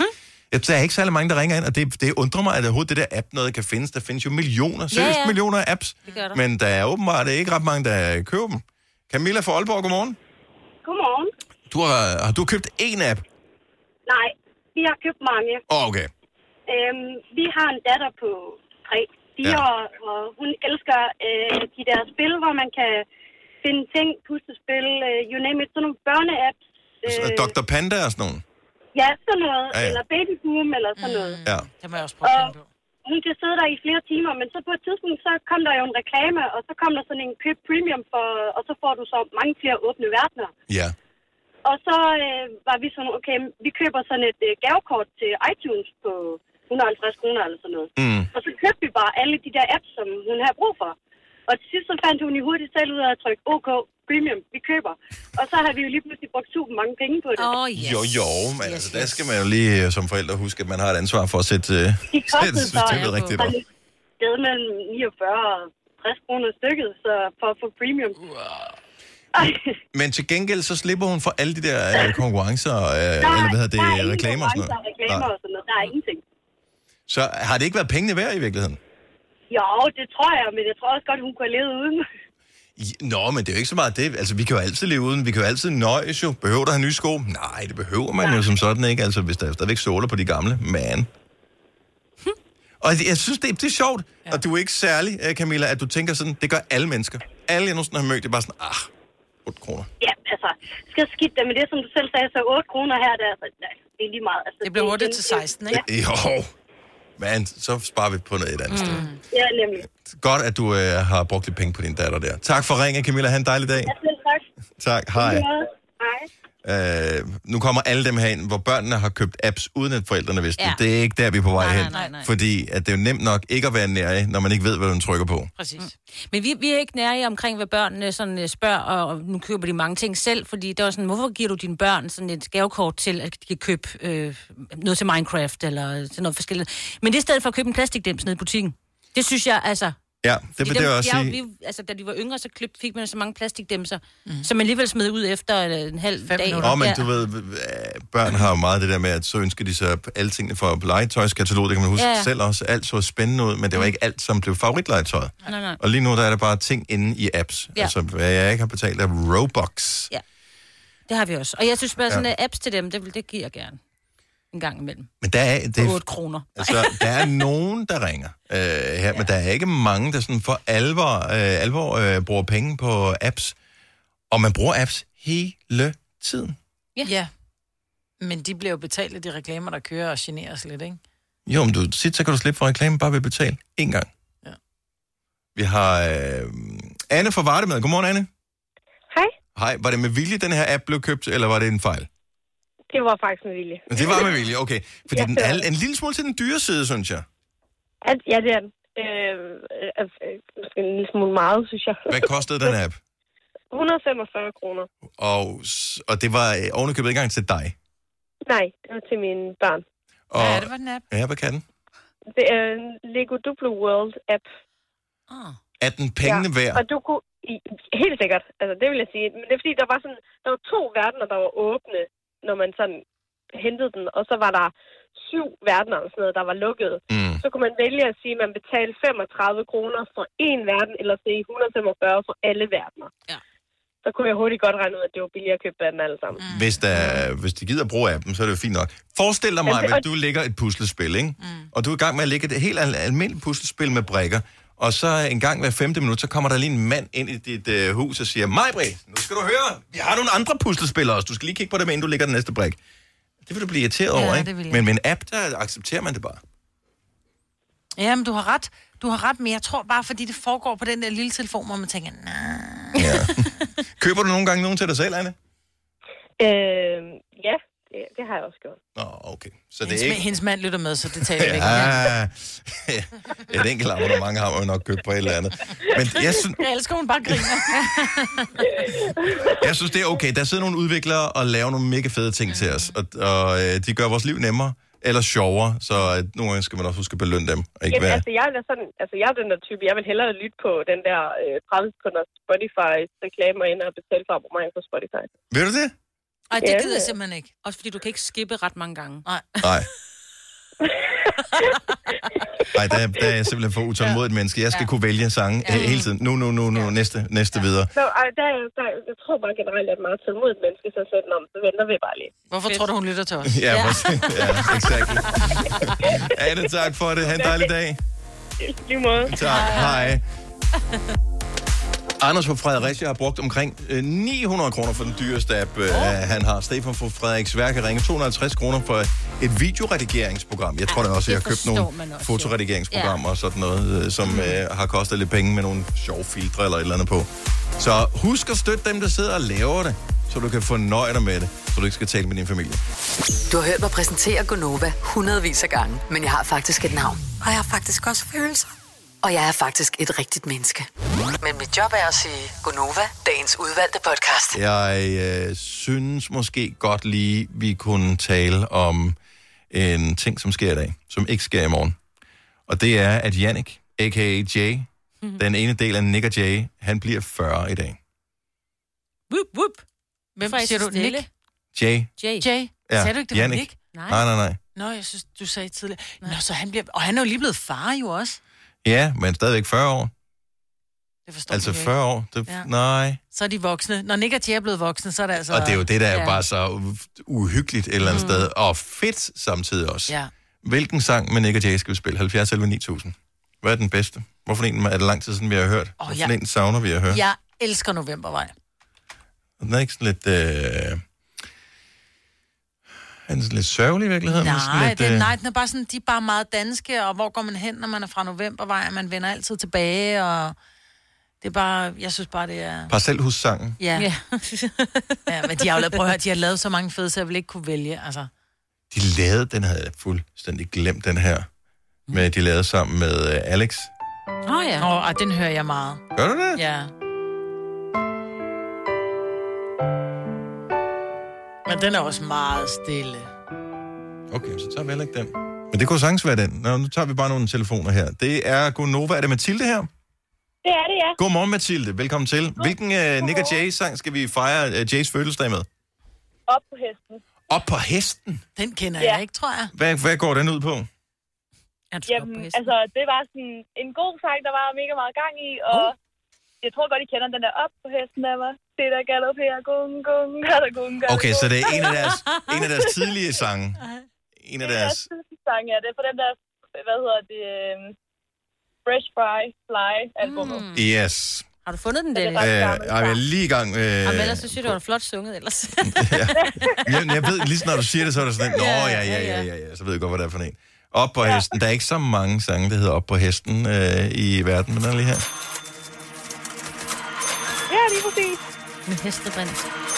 Speaker 1: Jeg, der er ikke særlig mange, der ringer ind, og det, det undrer mig, at overhovedet det der app noget kan findes. Der findes jo millioner, seriøst ja, ja. millioner af apps. Men der er åbenbart ikke ret mange, der køber dem. Camilla fra Aalborg, godmorgen.
Speaker 16: Godmorgen.
Speaker 1: Du har, har du købt én app?
Speaker 16: Nej, vi har købt mange.
Speaker 1: Oh, okay.
Speaker 16: Øhm, vi har en datter på tre, fire ja. år, og hun elsker øh, de der spil, hvor man kan finde ting, puslespil, øh, you name it, sådan nogle børne-apps.
Speaker 1: Øh, doktor Panda og sådan nogle?
Speaker 16: Ja, sådan noget.
Speaker 1: Ja, ja.
Speaker 16: Eller Baby Boom, eller sådan noget.
Speaker 1: Ja.
Speaker 2: Det må jeg også prøve at på.
Speaker 16: Hun kan sidde der i flere timer, men så på et tidspunkt, så kom der jo en reklame, og så kom der sådan en køb premium, for, og så får du så mange flere åbne verdener.
Speaker 1: Ja.
Speaker 16: Og så øh, var vi sådan, okay, vi køber sådan et øh, gavekort til iTunes på et hundrede og halvtreds kroner eller sådan noget. Mm. Og så købte vi bare alle de der apps, som hun havde brug for. Og til sidst så fandt hun i hurtigt selv ud af at trykke OK, premium, vi køber. Og så har vi jo lige pludselig brugt super mange penge på det.
Speaker 3: Oh, yes.
Speaker 1: Jo, jo, men yes, altså, der skal man jo lige som forældre huske, at man har et ansvar for at sætte, uh, sætte systemet rigtigt op.
Speaker 16: Det er mellem niogfyrre og tres kroner stykket, så for at få premium.
Speaker 1: Wow. Men til gengæld så slipper hun for alle de der uh, konkurrencer, uh, nej, eller hvad hedder det, reklamer og sådan noget.
Speaker 16: reklamer og sådan noget. Der er ingenting.
Speaker 1: Så har det ikke været pengene værd i virkeligheden?
Speaker 16: Jo, det tror jeg, men jeg tror også godt, hun kunne have levet uden.
Speaker 1: Nå, men det er jo ikke så meget det. Altså, vi kan jo altid leve uden. Vi kan jo altid nøjes jo. Behøver du have nye sko? Nej, det behøver man ja. jo som sådan ikke. Altså, hvis der er stadigvæk såler på de gamle. Man. Hm. Og jeg synes, det er, det er sjovt. Ja. Og du er ikke særlig, Camilla, at du tænker sådan, det gør alle mennesker. Alle, jeg nogensinde har mødt, det er bare sådan, ah, otte kroner.
Speaker 16: Ja, altså, skal skidt det med det, som du selv sagde, så otte kroner her, det er, altså, det er lige meget. Altså,
Speaker 2: det bliver otte til seksten, ikke?
Speaker 1: Ja. Jo. Men så sparer vi på noget et andet mm. sted.
Speaker 16: Ja, nemlig.
Speaker 1: Godt, at du øh, har brugt lidt penge på din datter der. Tak for ringen, Camilla. Ha' en dejlig dag.
Speaker 16: Ja, tak.
Speaker 1: Tak. Hej.
Speaker 16: Hej.
Speaker 1: Øh, nu kommer alle dem herind, hvor børnene har købt apps, uden at forældrene vidste ja. det. Det er ikke der, vi er på vej nej, hen. Nej, nej. Fordi at det er jo nemt nok ikke at være nærig, når man ikke ved, hvad man trykker på.
Speaker 3: Præcis. Mm. Men vi, vi er ikke nærige omkring, hvad børnene sådan spørger, og nu køber de mange ting selv, fordi der var sådan, hvorfor giver du dine børn sådan et gavekort til, at de kan købe øh, noget til Minecraft, eller til noget forskelligt. Men det er i stedet for at købe en plastikdims nede i butikken. Det synes jeg, altså...
Speaker 1: Ja, det vil det også sige.
Speaker 3: Vi, altså, da de var yngre, så klip, fik man så mange plastikdæmser, mm. som man alligevel smed ud efter en halv Fem dag.
Speaker 1: Åh, oh, men du ved, børn har jo meget det der med, at så ønsker de sig alle tingene fra legetøjskatalog. Det kan man huske ja, ja. selv også. Alt så spændende ud, men det var ikke alt, som blev favoritlegetøjet. Nej, nej. Og lige nu, der er der bare ting inde i apps. Ja. Altså, hvad jeg ikke har betalt af Robux. Ja,
Speaker 3: det har vi også. Og jeg synes bare, sådan ja. apps til dem, det, det giver jeg gerne. En gang imellem.
Speaker 1: Men der er... Det,
Speaker 3: otte kroner.
Speaker 1: Altså, der er nogen, der ringer øh, her, ja. men der er ikke mange, der sådan for alvor, øh, alvor øh, bruger penge på apps. Og man bruger apps hele tiden.
Speaker 2: Ja. ja. Men de bliver jo betalt af de reklamer, der kører og generer os lidt, ikke?
Speaker 1: Jo, men du, sit, så kan du slippe for reklame bare ved at betale én gang. Ja. Vi har øh, Anne fra Varde med. Godmorgen, Anne.
Speaker 15: Hej.
Speaker 1: Hej. Var det med vilje, den her app blev købt, eller var det en fejl?
Speaker 15: Det var faktisk med vilje.
Speaker 1: Det var med vilje, okay. Fordi ja, den er en lille smule til den dyre side, synes jeg.
Speaker 15: At, ja, det er den. Øh, øh, en lille smule meget, synes jeg.
Speaker 1: Hvad kostede den app?
Speaker 15: et hundrede og femogfyrre kroner.
Speaker 1: Og, og det var ovenikøbet ikke engang til dig?
Speaker 15: Nej, det var til mine børn.
Speaker 1: Og,
Speaker 2: hvad er det for en app?
Speaker 1: Ja, hvad kan den?
Speaker 15: Det er en Lego Duplo World app.
Speaker 1: Ah. Er den pengene ja, værd?
Speaker 15: Og du kunne... Helt sikkert, altså det vil jeg sige. Men det er fordi, der var sådan... Der var to verdener, der var åbne, når man sådan hentede den, og så var der syv verdener og sådan noget, der var lukket. Mm. Så kunne man vælge at sige, at man betalte femogtredive kroner for én verden, eller se et hundrede og femogfyrre for alle verdener. Ja. Så kunne jeg hurtigt godt regne ud, at det var billigere at købe dem alle sammen.
Speaker 1: Mm. Hvis, der, hvis de gider bruge appen, så er det jo fint nok. Forestil dig mig, at du lægger et puslespil, ikke? Mm. Og du er i gang med at lægge et helt almindeligt puslespil med brikker, og så en gang hver femte minut, så kommer der lige en mand ind i dit øh, hus og siger, Maj-Brit, nu skal du høre, vi har nogle andre puslespillere også. Du skal lige kigge på dem, inden du lægger den næste brik. Det vil du blive irriteret ja, over, ikke? Men med en app, der accepterer man det bare.
Speaker 2: Ja, men du har ret. Du har ret, men jeg tror bare, fordi det foregår på den der lille telefon, hvor man tænker, nej.
Speaker 1: Ja. Køber du nogle gange nogen til dig selv, Anne?
Speaker 15: Øh, ja. Det, det har jeg også gjort.
Speaker 1: Nå, okay. Så
Speaker 2: hendes,
Speaker 1: det er ikke...
Speaker 2: hendes mand lytter med, så det taler vi ikke
Speaker 1: om. Ja, et enkelt abonnement har man nok købt på et eller andet. Men jeg, synes...
Speaker 2: jeg elsker, hun bare griner.
Speaker 1: Jeg synes, det er okay. Der sidder nogle udviklere og laver nogle mega fede ting til os, og, og de gør vores liv nemmere eller sjovere, så nogle gange skal man også huske at belønne dem. Og ikke
Speaker 15: Jamen,
Speaker 1: være...
Speaker 15: altså, jeg er sådan, altså, jeg er den der type, jeg vil hellere lytte på den der øh, tredive sekunder Spotify-reklamer ind og betale for abonnement på Spotify.
Speaker 1: Ved du det?
Speaker 2: Ej, det gider jeg simpelthen ikke.
Speaker 3: Også fordi du kan ikke skippe ret mange gange.
Speaker 2: Nej.
Speaker 1: Nej. Nej, der, der er jeg simpelthen for utålmodigt menneske. Jeg skal ja. kunne vælge sange ja. hele tiden. Nu, nu, nu, nu, ja. næste, næste ja. videre.
Speaker 15: Så, ej, der, der, jeg tror bare generelt, at jeg er meget tålmodigt menneske, så selv om, så venter vi bare lige.
Speaker 2: Hvorfor Fedt. tror du, hun lytter til os?
Speaker 1: Ja, ja. ja exakt. Anne, tak for det. Ha' en dejlig dag.
Speaker 15: Lige måde.
Speaker 1: Tak. Hej. Hej. Anders fra Fredericia har brugt omkring ni hundrede kroner for den dyreste app, oh. han har. Stefan fra Frederiksværk har ringet to hundrede og halvtreds kroner for et videoredigeringsprogram. Jeg tror ja, det også, jeg har købt nogle fotoredigeringsprogrammer ja. og sådan noget, som mm. uh, har kostet lidt penge med nogle sjove filtre eller et eller andet på. Så husk at støtte dem, der sidder og laver det, så du kan få nøje dig med det, så du ikke skal tale med din familie.
Speaker 4: Du har hørt mig præsentere Gonova hundredvis af gange, men jeg har faktisk et navn. Og jeg har faktisk også følelser. Og jeg er faktisk et rigtigt menneske. Men mit job er at sige Gonova, dagens udvalgte podcast.
Speaker 1: Jeg øh, synes måske godt lige, vi kunne tale om en ting, som sker i dag, som ikke sker i morgen. Og det er, at Jannik, a k a. Jay, mm-hmm. den ene del af Nick og Jay, han bliver fyrre i dag.
Speaker 3: Whoop, whoop.
Speaker 2: Hvem siger du? Nick?
Speaker 1: Jay.
Speaker 3: Jay.
Speaker 2: Jay.
Speaker 1: Ja.
Speaker 2: Sagde du ikke, det
Speaker 1: Jannik.
Speaker 2: var Nick?
Speaker 1: Nej. nej, nej, nej.
Speaker 2: Nå, jeg synes, du sagde tidligere. Nå, så han bliver... Og han er jo lige blevet far jo også.
Speaker 1: Ja, men stadigvæk fyrre år.
Speaker 2: Det forstår
Speaker 1: altså fyrre år? Det, ja. Nej.
Speaker 2: Så er de voksne. Når Nick og Jay er blevet voksne, så er det altså...
Speaker 1: Og det er jo det, der ja. er bare så uhyggeligt et eller andet mm. sted. Og fedt samtidig også.
Speaker 2: Ja.
Speaker 1: Hvilken sang med Nick og Jay skal vi spille? halvfjerds elleve ni tusind. Hvad er den bedste? Hvorfor en er det lang tid siden, vi har hørt? Oh, Hvorfor ja. en savner vi at høre?
Speaker 2: Jeg elsker Novembervej.
Speaker 1: Den er ikke sådan lidt... Øh... Er den sådan lidt sørgelig i virkeligheden?
Speaker 2: Nej,
Speaker 1: lidt,
Speaker 2: det er,
Speaker 1: øh...
Speaker 2: nej, den er bare sådan, de er bare meget danske, og hvor går man hen, når man er fra Novembervej, man vender altid tilbage, og det er bare, jeg synes bare, det er...
Speaker 1: Parcelhussangen.
Speaker 2: Ja. Ja. ja, men de har jo lavet, prøv at høre, de har lavet så mange fede, så jeg vil ikke kunne vælge, altså.
Speaker 1: De lavede, den havde jeg fuldstændig glemt, den her, med de lavede sammen med uh, Alex.
Speaker 2: Åh oh, ja. Åh, oh, den hører jeg meget.
Speaker 1: Gør du det?
Speaker 2: Ja. Men den er også meget stille.
Speaker 1: Okay, så tager vi heller ikke den. Men det kunne sagtens være den. Nå, nu tager vi bare nogle telefoner her. Det er Gonova. Er det Mathilde her?
Speaker 15: Det er det, ja.
Speaker 1: Godmorgen, Mathilde. Velkommen til. Hvilken uh, Nick og Jay-sang skal vi fejre uh, Jays fødselsdag med?
Speaker 15: Op på hesten.
Speaker 1: Op på hesten?
Speaker 2: Den kender
Speaker 15: ja.
Speaker 2: jeg ikke, tror jeg.
Speaker 1: Hvad, hvad går den ud på?
Speaker 15: Jamen, altså, det var sådan en god sang, der var mega meget gang i, og uh. jeg tror godt, I kender den der op på hesten af mig. Det der galopperer, gung, gung, galopperer, gung, galopperer.
Speaker 1: Okay, så det er en af deres, en af deres tidlige sange. En af deres...
Speaker 15: Det er deres sang, ja. Det er på den der, hvad hedder det, um, Fresh Fry Fly albumet.
Speaker 1: Mm. Yes.
Speaker 3: Har du fundet den, Dennis?
Speaker 1: Øh, jeg er lige i gang med... Øh...
Speaker 3: Jamen, ellers så synes jeg, det var flot sunget, ellers.
Speaker 1: ja. jeg, jeg ved, lige når du siger det, så er det sådan, nå ja, ja, ja, ja, ja, ja, så ved jeg godt, hvad det er for en. Op på ja. hesten. Der er ikke så mange sange, der hedder Op på hesten øh, i verden, men den er lige her.
Speaker 15: Ja, lige præcis.
Speaker 3: Med hestebrændt.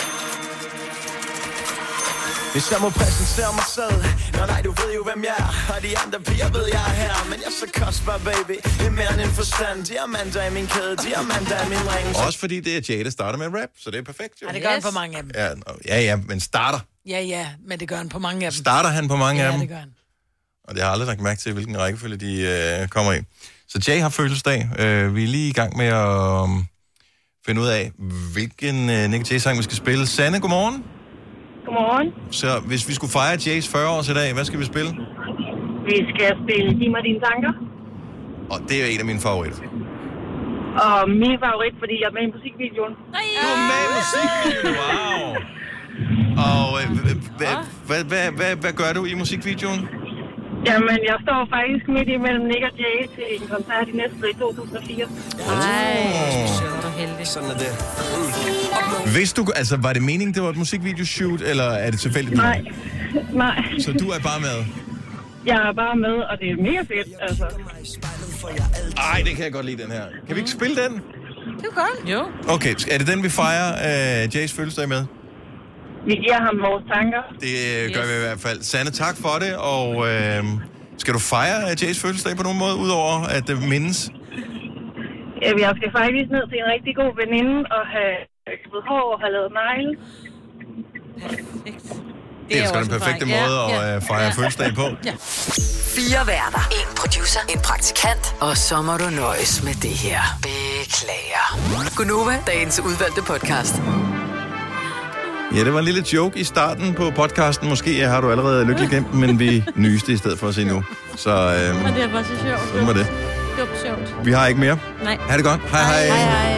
Speaker 17: Hvis jeg må præsentere mig selv, nå nej, du ved jo, hvem jeg er. Og de andre piger ved, jeg er her. Men jeg er så kostbar, baby. Det er mere end en forstand. Diamanter i min kæde, diamanter i min ring.
Speaker 1: Også fordi det er Jay, der starter med rap, så det er perfekt, jo.
Speaker 2: Ja, det gør yes. han på mange af dem.
Speaker 1: Ja, ja, ja, men starter.
Speaker 2: Ja, ja, men det gør han på mange af dem.
Speaker 1: Starter han på mange
Speaker 2: ja,
Speaker 1: af dem?
Speaker 2: Ja, det gør han.
Speaker 1: Og det har aldrig lagt mærke til, hvilken rækkefølge de øh, kommer i. Så Jay har fødselsdag. Øh, vi er lige i gang med at... Øh, finde ud af, hvilken uh, Nick Jay-sang vi skal spille. Sanne, godmorgen.
Speaker 15: Godmorgen.
Speaker 1: Så hvis vi skulle fejre Jays fyrre års i dag, hvad skal vi spille?
Speaker 15: Vi skal spille Giv mig dine tanker.
Speaker 1: Og det er en af mine favoritter.
Speaker 15: Og min favorit, fordi jeg er med i musikvideoen.
Speaker 1: Ja. Du er med i musikvideoen, wow. Og øh, hvad gør du i musikvideoen?
Speaker 15: Jamen, jeg står faktisk midt imellem Nick og Jay til en koncert i næste i to tusind og fire.
Speaker 3: Nej, så er du heldig.
Speaker 17: Sådan er det.
Speaker 1: Hvis du, altså, var det meningen, det var et musikvideoshoot, eller er det tilfældigt?
Speaker 15: Nej, nej.
Speaker 1: Så du er bare med?
Speaker 15: Jeg er bare med, og det er mega fedt, altså.
Speaker 1: Ej, det kan jeg godt lide, den her. Kan vi ikke spille den?
Speaker 2: Det er godt. Jo.
Speaker 1: Okay, er det den, vi fejrer uh, Jays fødselsdag med?
Speaker 15: Vi giver ham vores tanker.
Speaker 1: Det yes. gør vi i hvert fald. Sanne, tak for det, og øh, skal du fejre Jays fødselsdag på nogen måde, udover at det mindes?
Speaker 15: Jeg skal faktisk ned til en rigtig god veninde og have klippet hår og have lavet negle.
Speaker 3: Perfekt.
Speaker 1: Det er, det er den perfekte måde ja, at ja. fejre ja. fødselsdag på. Ja.
Speaker 4: Fire værter, en producer, en praktikant, og så må du nøjes med det her. Beklager. Gonova, dagens udvalgte podcast.
Speaker 1: Ja, det var en lille joke i starten på podcasten. Måske har du allerede lykkelig glemt, men vi nyste i stedet for at se nu. Så øhm,
Speaker 3: og det var så sjovt.
Speaker 1: sådan var det.
Speaker 3: Det var sjovt.
Speaker 1: Vi har ikke mere.
Speaker 3: Nej.
Speaker 1: Ha' det godt. Hej hej.
Speaker 3: Hej hej.